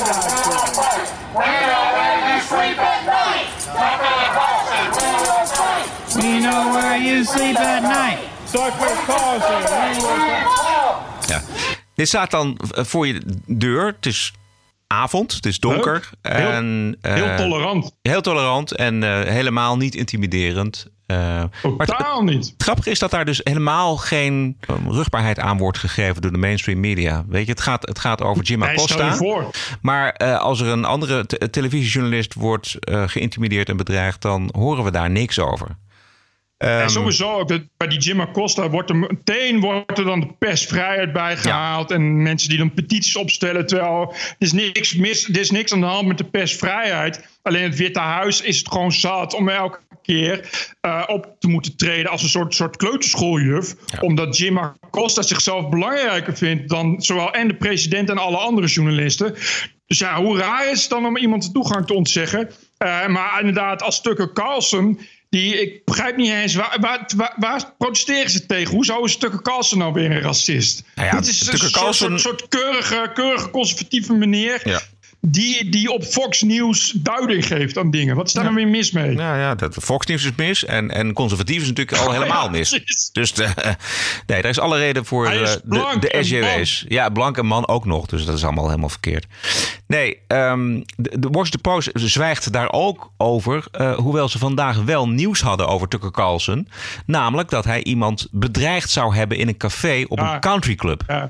We know where you sleep at night. Tucker Carlson. We know where you sleep at night. Tucker Carlson. Ja. Dit staat dan voor je deur. Het is avond, het is donker. Heel, en, uh, heel tolerant. Heel tolerant en uh, helemaal niet intimiderend. Uh, Totaal het, niet. Het grappige is dat daar dus helemaal geen um, rugbaarheid aan wordt gegeven door de mainstream media. Weet je, het gaat, het gaat over Jim Acosta. Nee, stel je voor. Maar uh, als er een andere te- televisiejournalist wordt uh, geïntimideerd en bedreigd, dan horen we daar niks over. Um, en sowieso ook dat bij die Jim Acosta wordt er meteen wordt er dan de persvrijheid bijgehaald. Ja. En mensen die dan petities opstellen. Terwijl er is niks mis, er is niks aan de hand met de persvrijheid. Alleen het Witte Huis is het gewoon zat om elke keer uh, op te moeten treden als een soort, soort kleuterschooljuf. Ja. Omdat Jim Acosta zichzelf belangrijker vindt dan zowel en de president en alle andere journalisten. Dus ja, hoe raar is het dan om iemand de toegang te ontzeggen? Uh, maar inderdaad, als Tucker Carlson... Die, ik begrijp niet eens, waar, waar, waar, waar protesteren ze tegen? Hoe zou een Tucker Carlson nou weer een racist? Nou ja, Dit is Tucker een Carlson... soort, soort keurige, keurige conservatieve meneer... Ja. Die, die op Fox News duiding geeft aan dingen. Wat is daar ja. nou weer mis mee? Nou ja, dat, Fox News is mis. En, en conservatief is natuurlijk al helemaal ja, mis. Precies. Dus de, nee, daar is alle reden voor de, de, de S J W's. Ja, blank en man ook nog. Dus dat is allemaal helemaal verkeerd. Nee, um, de, de Washington Post zwijgt daar ook over. Uh, hoewel ze vandaag wel nieuws hadden over Tucker Carlson. Namelijk dat hij iemand bedreigd zou hebben in een café op ja. een countryclub. Ja.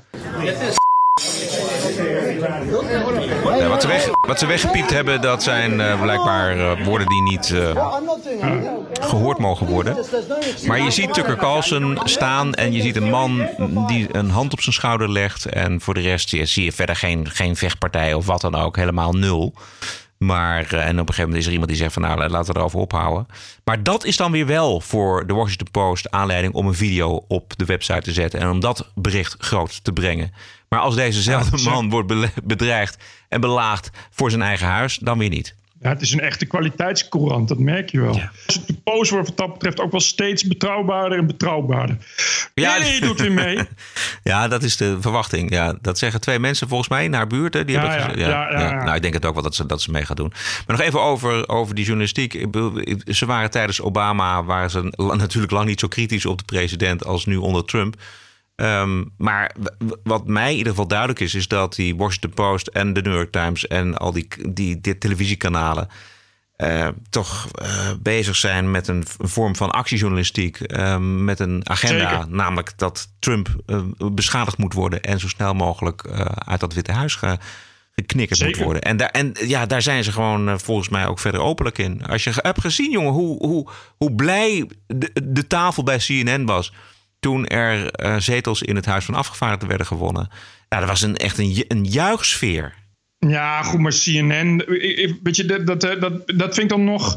Ja, wat, ze weg, wat ze weggepiept hebben, dat zijn uh, blijkbaar uh, woorden die niet uh, uh, gehoord mogen worden. Maar je ziet Tucker Carlson staan en je ziet een man die een hand op zijn schouder legt. En voor de rest ja, zie je verder geen, geen vechtpartij of wat dan ook, helemaal nul. Maar, uh, en op een gegeven moment is er iemand die zegt van nou, laten we erover ophouden. Maar dat is dan weer wel voor de Washington Post aanleiding om een video op de website te zetten. En om dat bericht groot te brengen. Maar als dezezelfde ja, man wordt bedreigd en belaagd voor zijn eigen huis, dan weer niet. Ja, het is een echte kwaliteitscourant, dat merk je wel. Ja. De Post wordt wat dat betreft ook wel steeds betrouwbaarder en betrouwbaarder. Ja, nee, je doet weer mee. Ja, dat is de verwachting. Ja, dat zeggen twee mensen volgens mij in haar buurt. Hè. Die ja, hebben ja, gezegd, ja, ja, ja, ja. ja. Nou, ik denk het ook wel dat ze, dat ze mee gaat doen. Maar nog even over, over die journalistiek. Ze waren tijdens Obama waren ze natuurlijk lang niet zo kritisch op de president als nu onder Trump. Um, maar w- wat mij in ieder geval duidelijk is, is dat die Washington Post en de New York Times en al die, die, die televisiekanalen uh, toch uh, bezig zijn met een vorm van actiejournalistiek. Uh, met een agenda, Zeker. namelijk dat Trump uh, beschadigd moet worden en zo snel mogelijk uh, uit dat Witte Huis ge- geknikkerd Zeker. moet worden. En daar, en ja, daar zijn ze gewoon uh, volgens mij ook verder openlijk in. Als je hebt gezien, jongen, hoe, hoe, hoe blij de, de tafel bij C N N was toen er uh, zetels in het Huis van Afgevaardigden werden gewonnen. Ja, dat was een, echt een, een juichsfeer. Ja, goed, maar C N N, weet je, dat, dat, dat, dat vind ik dan nog...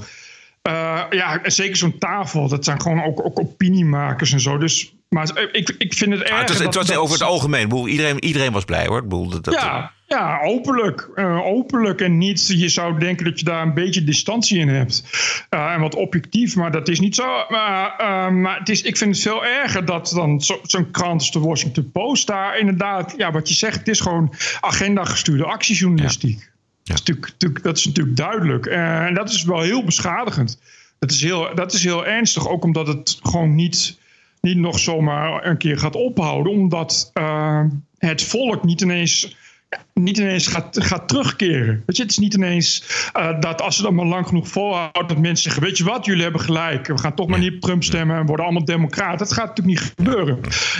Uh, ja, zeker zo'n tafel, dat zijn gewoon ook, ook opiniemakers en zo. Dus, maar ik, ik vind het erg. Ah, het was, het was dat, over het algemeen. Bedoel, iedereen, iedereen was blij, hoor. Bedoel, dat, ja, ja, openlijk. Uh, openlijk en niet, je zou denken dat je daar een beetje distantie in hebt. Uh, en wat objectief, maar dat is niet zo. Maar, uh, maar het is, ik vind het veel erger dat dan zo, zo'n krant als de Washington Post daar inderdaad, ja, wat je zegt, het is gewoon agenda-gestuurde actiejournalistiek. Ja. Ja. Dat, is natuurlijk, dat is natuurlijk duidelijk. Uh, en dat is wel heel beschadigend. Dat is heel, dat is heel ernstig. Ook omdat het gewoon niet, niet nog zomaar een keer gaat ophouden. Omdat uh, het volk niet ineens, niet ineens gaat, gaat terugkeren. Weet je, het is niet ineens uh, dat als ze dat maar lang genoeg volhouden, dat mensen zeggen, weet je wat, jullie hebben gelijk. We gaan toch maar niet op Trump stemmen en worden allemaal democraten. Dat gaat natuurlijk niet gebeuren.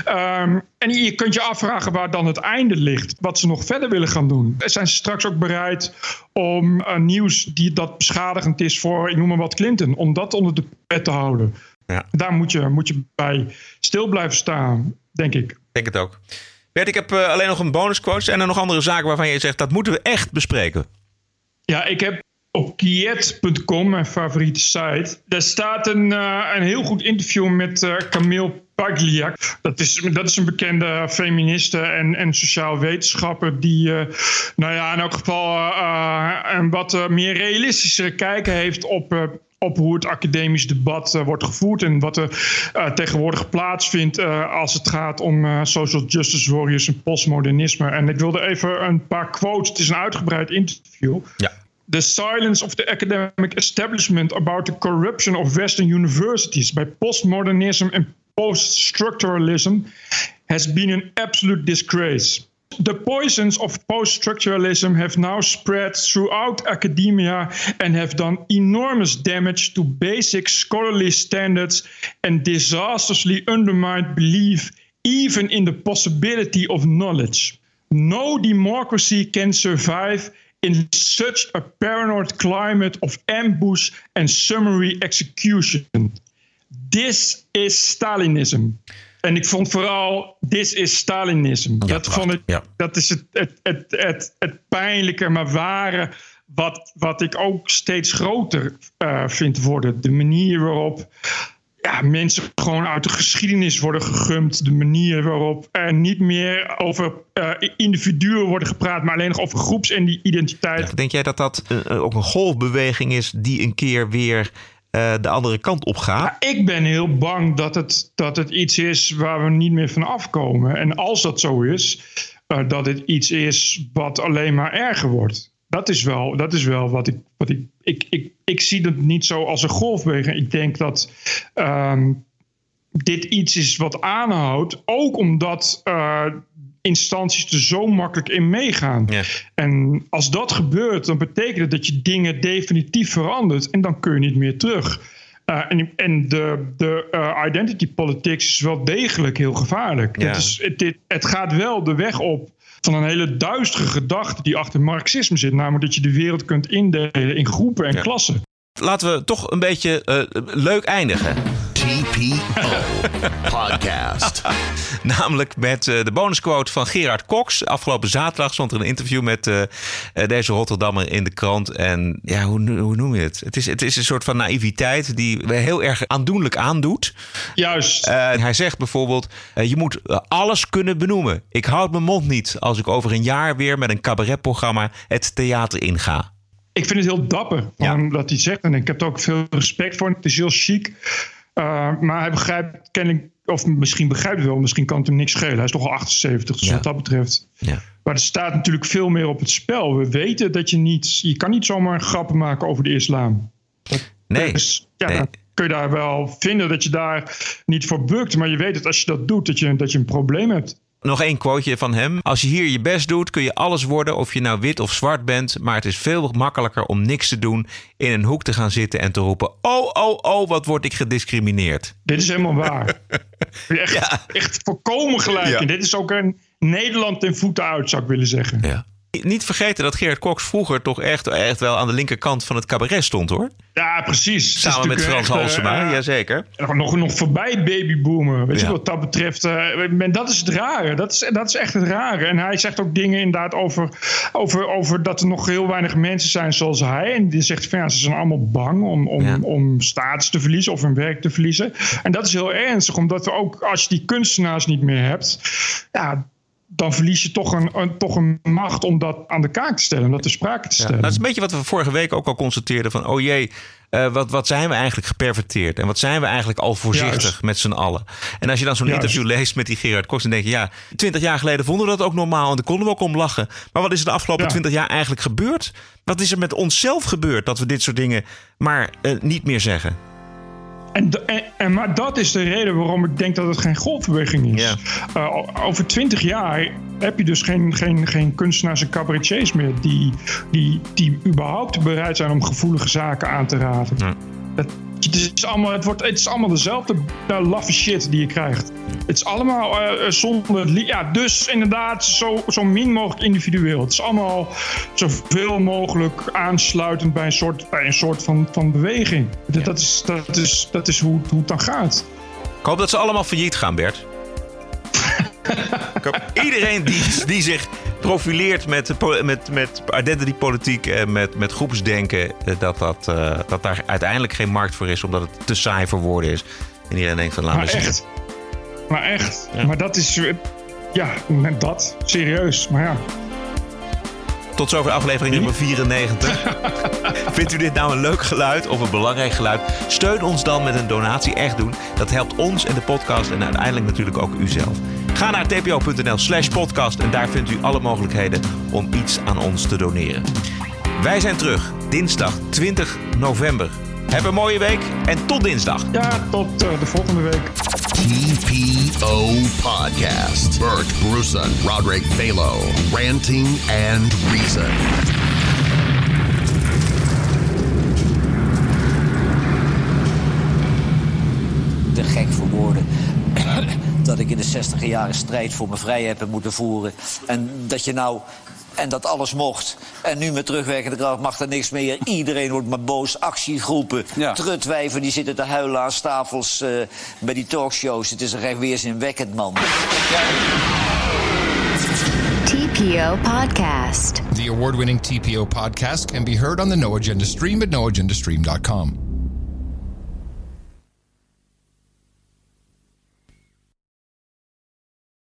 Um, en je kunt je afvragen waar dan het einde ligt. Wat ze nog verder willen gaan doen. Zijn ze straks ook bereid om uh, nieuws die dat beschadigend is voor, ik noem maar wat, Clinton, om dat onder de pet te houden? Ja. Daar moet je, moet je bij stil blijven staan, denk ik. Ik denk het ook. Bert, ik heb uh, alleen nog een bonusquote. En er nog andere zaken waarvan je zegt, dat moeten we echt bespreken. Ja, ik heb op kiet punt com, mijn favoriete site, daar staat een, uh, een heel goed interview met uh, Camille Paglia. Dat is, dat is een bekende feministe en, en sociaal wetenschapper die, uh, nou ja, in elk geval uh, een wat uh, meer realistischere kijk heeft op uh, op hoe het academisch debat uh, wordt gevoerd en wat er uh, tegenwoordig plaatsvindt uh, als het gaat om uh, social justice warriors en postmodernisme. En ik wilde even een paar quotes. Het is een uitgebreid interview. Ja. The silence of the academic establishment about the corruption of Western universities by postmodernism and post-structuralism has been an absolute disgrace. The poisons of post-structuralism have now spread throughout academia and have done enormous damage to basic scholarly standards and disastrously undermined belief even in the possibility of knowledge. No democracy can survive in such a paranoid climate of ambush and summary execution. This is Stalinism. En ik vond vooral, this is Stalinism. Ja, dat, vond ik, ja. dat is het, het, het, het, het pijnlijke, maar ware, wat, wat ik ook steeds groter uh, vind worden. De manier waarop ja, mensen gewoon uit de geschiedenis worden gegumpt. De manier waarop er niet meer over uh, individuen worden gepraat, maar alleen nog over groepsidentiteit. Ja, denk jij dat dat uh, ook een golfbeweging is die een keer weer Uh, de andere kant op gaat? Ja, ik ben heel bang dat het, dat het iets is waar we niet meer van afkomen. En als dat zo is, uh, dat het iets is wat alleen maar erger wordt. Dat is wel, dat is wel wat ik... Wat ik, ik, ik, ik zie het niet zo als een golfbeweging. Ik denk dat um, dit iets is wat aanhoudt. Ook omdat uh, instanties er zo makkelijk in meegaan. Ja. En als dat gebeurt, dan betekent het dat je dingen definitief verandert. En dan kun je niet meer terug. Uh, en en de, de uh, identity politics is wel degelijk heel gevaarlijk. Ja. Het, is, het, het, het gaat wel de weg op van een hele duistere gedachte die achter Marxisme zit. Namelijk dat je de wereld kunt indelen in groepen en ja. klassen. Laten we toch een beetje uh, leuk eindigen. T P O Podcast. Namelijk met uh, de bonusquote van Gerard Cox. Afgelopen zaterdag stond er een interview met uh, uh, deze Rotterdammer in de krant. En ja, hoe, hoe noem je het? Het is, het is een soort van naïviteit die heel erg aandoenlijk aandoet. Juist. Uh, hij zegt bijvoorbeeld, uh, je moet uh, alles kunnen benoemen. Ik houd mijn mond niet als ik over een jaar weer met een cabaretprogramma het theater inga. Ik vind het heel dapper van ja. dat hij zegt. En ik heb er ook veel respect voor. Het is heel chic. Uh, maar hij begrijpt kennelijk, of misschien begrijpt hij wel, misschien kan het hem niks schelen. Hij is toch al achtenzeventig, dus ja. wat dat betreft. Ja. Maar er staat natuurlijk veel meer op het spel. We weten dat je niet, je kan niet zomaar grappen maken over de islam. Nee. Dus ja, nee. dan kun je daar wel vinden dat je daar niet voor bukt. Maar je weet dat als je dat doet, dat je, dat je een probleem hebt. Nog één quoteje van hem. Als je hier je best doet, kun je alles worden, of je nou wit of zwart bent. Maar het is veel makkelijker om niks te doen, in een hoek te gaan zitten en te roepen, oh, oh, oh, wat word ik gediscrimineerd. Dit is helemaal waar. Echt, ja. echt volkomen gelijk. Ja. En dit is ook een Nederland ten voeten uit, zou ik willen zeggen. Ja. Niet vergeten dat Gerard Cox vroeger toch echt, echt wel aan de linkerkant van het cabaret stond, hoor. Ja, precies. Samen met Frans echt, Halsema, uh, jazeker. Nog, nog voorbij babyboomen, weet Ja. je wat dat betreft. Uh, en dat is het rare. Dat is, dat is echt het rare. En hij zegt ook dingen inderdaad over, over, over dat er nog heel weinig mensen zijn zoals hij. En die zegt van ja, ze zijn allemaal bang om, om, Ja. om status te verliezen of hun werk te verliezen. En dat is heel ernstig, omdat we ook als je die kunstenaars niet meer hebt, ja, dan verlies je toch een, een, toch een macht om dat aan de kaak te stellen, om dat ter sprake te Ja, stellen. dat is een beetje wat we vorige week ook al constateerden. Van, oh jee, uh, wat, wat zijn we eigenlijk geperverteerd? En wat zijn we eigenlijk al voorzichtig Juist. met z'n allen? En als je dan zo'n Juist. interview leest met die Gerard Cox, dan denk je, ja, twintig jaar geleden vonden we dat ook normaal en daar konden we ook om lachen. Maar wat is er de afgelopen Ja. twintig jaar eigenlijk gebeurd? Wat is er met onszelf gebeurd dat we dit soort dingen maar uh, niet meer zeggen? En, en, en, maar dat is de reden waarom ik denk dat het geen golfbeweging is. Ja. Uh, over twintig jaar heb je dus geen, geen, geen kunstenaars en cabaretiers meer die, die, die überhaupt bereid zijn om gevoelige zaken aan te raden. Ja. Het, het, is allemaal, het, wordt, het is allemaal dezelfde uh, laffe shit die je krijgt. Het is allemaal uh, zonder... li- Ja, dus inderdaad zo, zo min mogelijk individueel. Het is allemaal zoveel mogelijk aansluitend bij een soort, bij een soort van, van beweging. Dat, dat is, dat is, dat is hoe, hoe het dan gaat. Ik hoop dat ze allemaal failliet gaan, Bert. Ik hoop iedereen die, die zich profileert met, met, met identity politiek en met, met groepsdenken, dat, dat, uh, dat daar uiteindelijk geen markt voor is, omdat het te saai voor woorden is. En iedereen denkt van, laat Maar me zitten. echt. Maar echt. Ja. Maar dat is... uh, Ja, dat. Serieus. Maar ja. Tot zover aflevering nummer vierennegentig. Vindt u dit nou een leuk geluid of een belangrijk geluid? Steun ons dan met een donatie. Echt doen. Dat helpt ons en de podcast en uiteindelijk natuurlijk ook u zelf. Ga naar tpo.nl slash podcast en daar vindt u alle mogelijkheden om iets aan ons te doneren. Wij zijn terug dinsdag twintig november. Heb een mooie week en tot dinsdag. Ja, tot uh, de volgende week. T P O Podcast. Bert Brussen, Roderick Balo, Ranting and Reason. Te gek voor woorden. Dat ik in de zestiger jaren strijd voor mijn vrijheid heb moeten voeren. En dat je nou... En dat alles mocht. En nu met terugwerkende kracht mag er niks meer. Iedereen wordt maar boos. Actiegroepen. Ja. Trutwijven die zitten te huilen aan tafels uh, bij die talkshows. Het is er echt weerzinwekkend, man. T P O Podcast. The award-winning T P O Podcast can be heard on the No Agenda stream at no agenda stream dot com.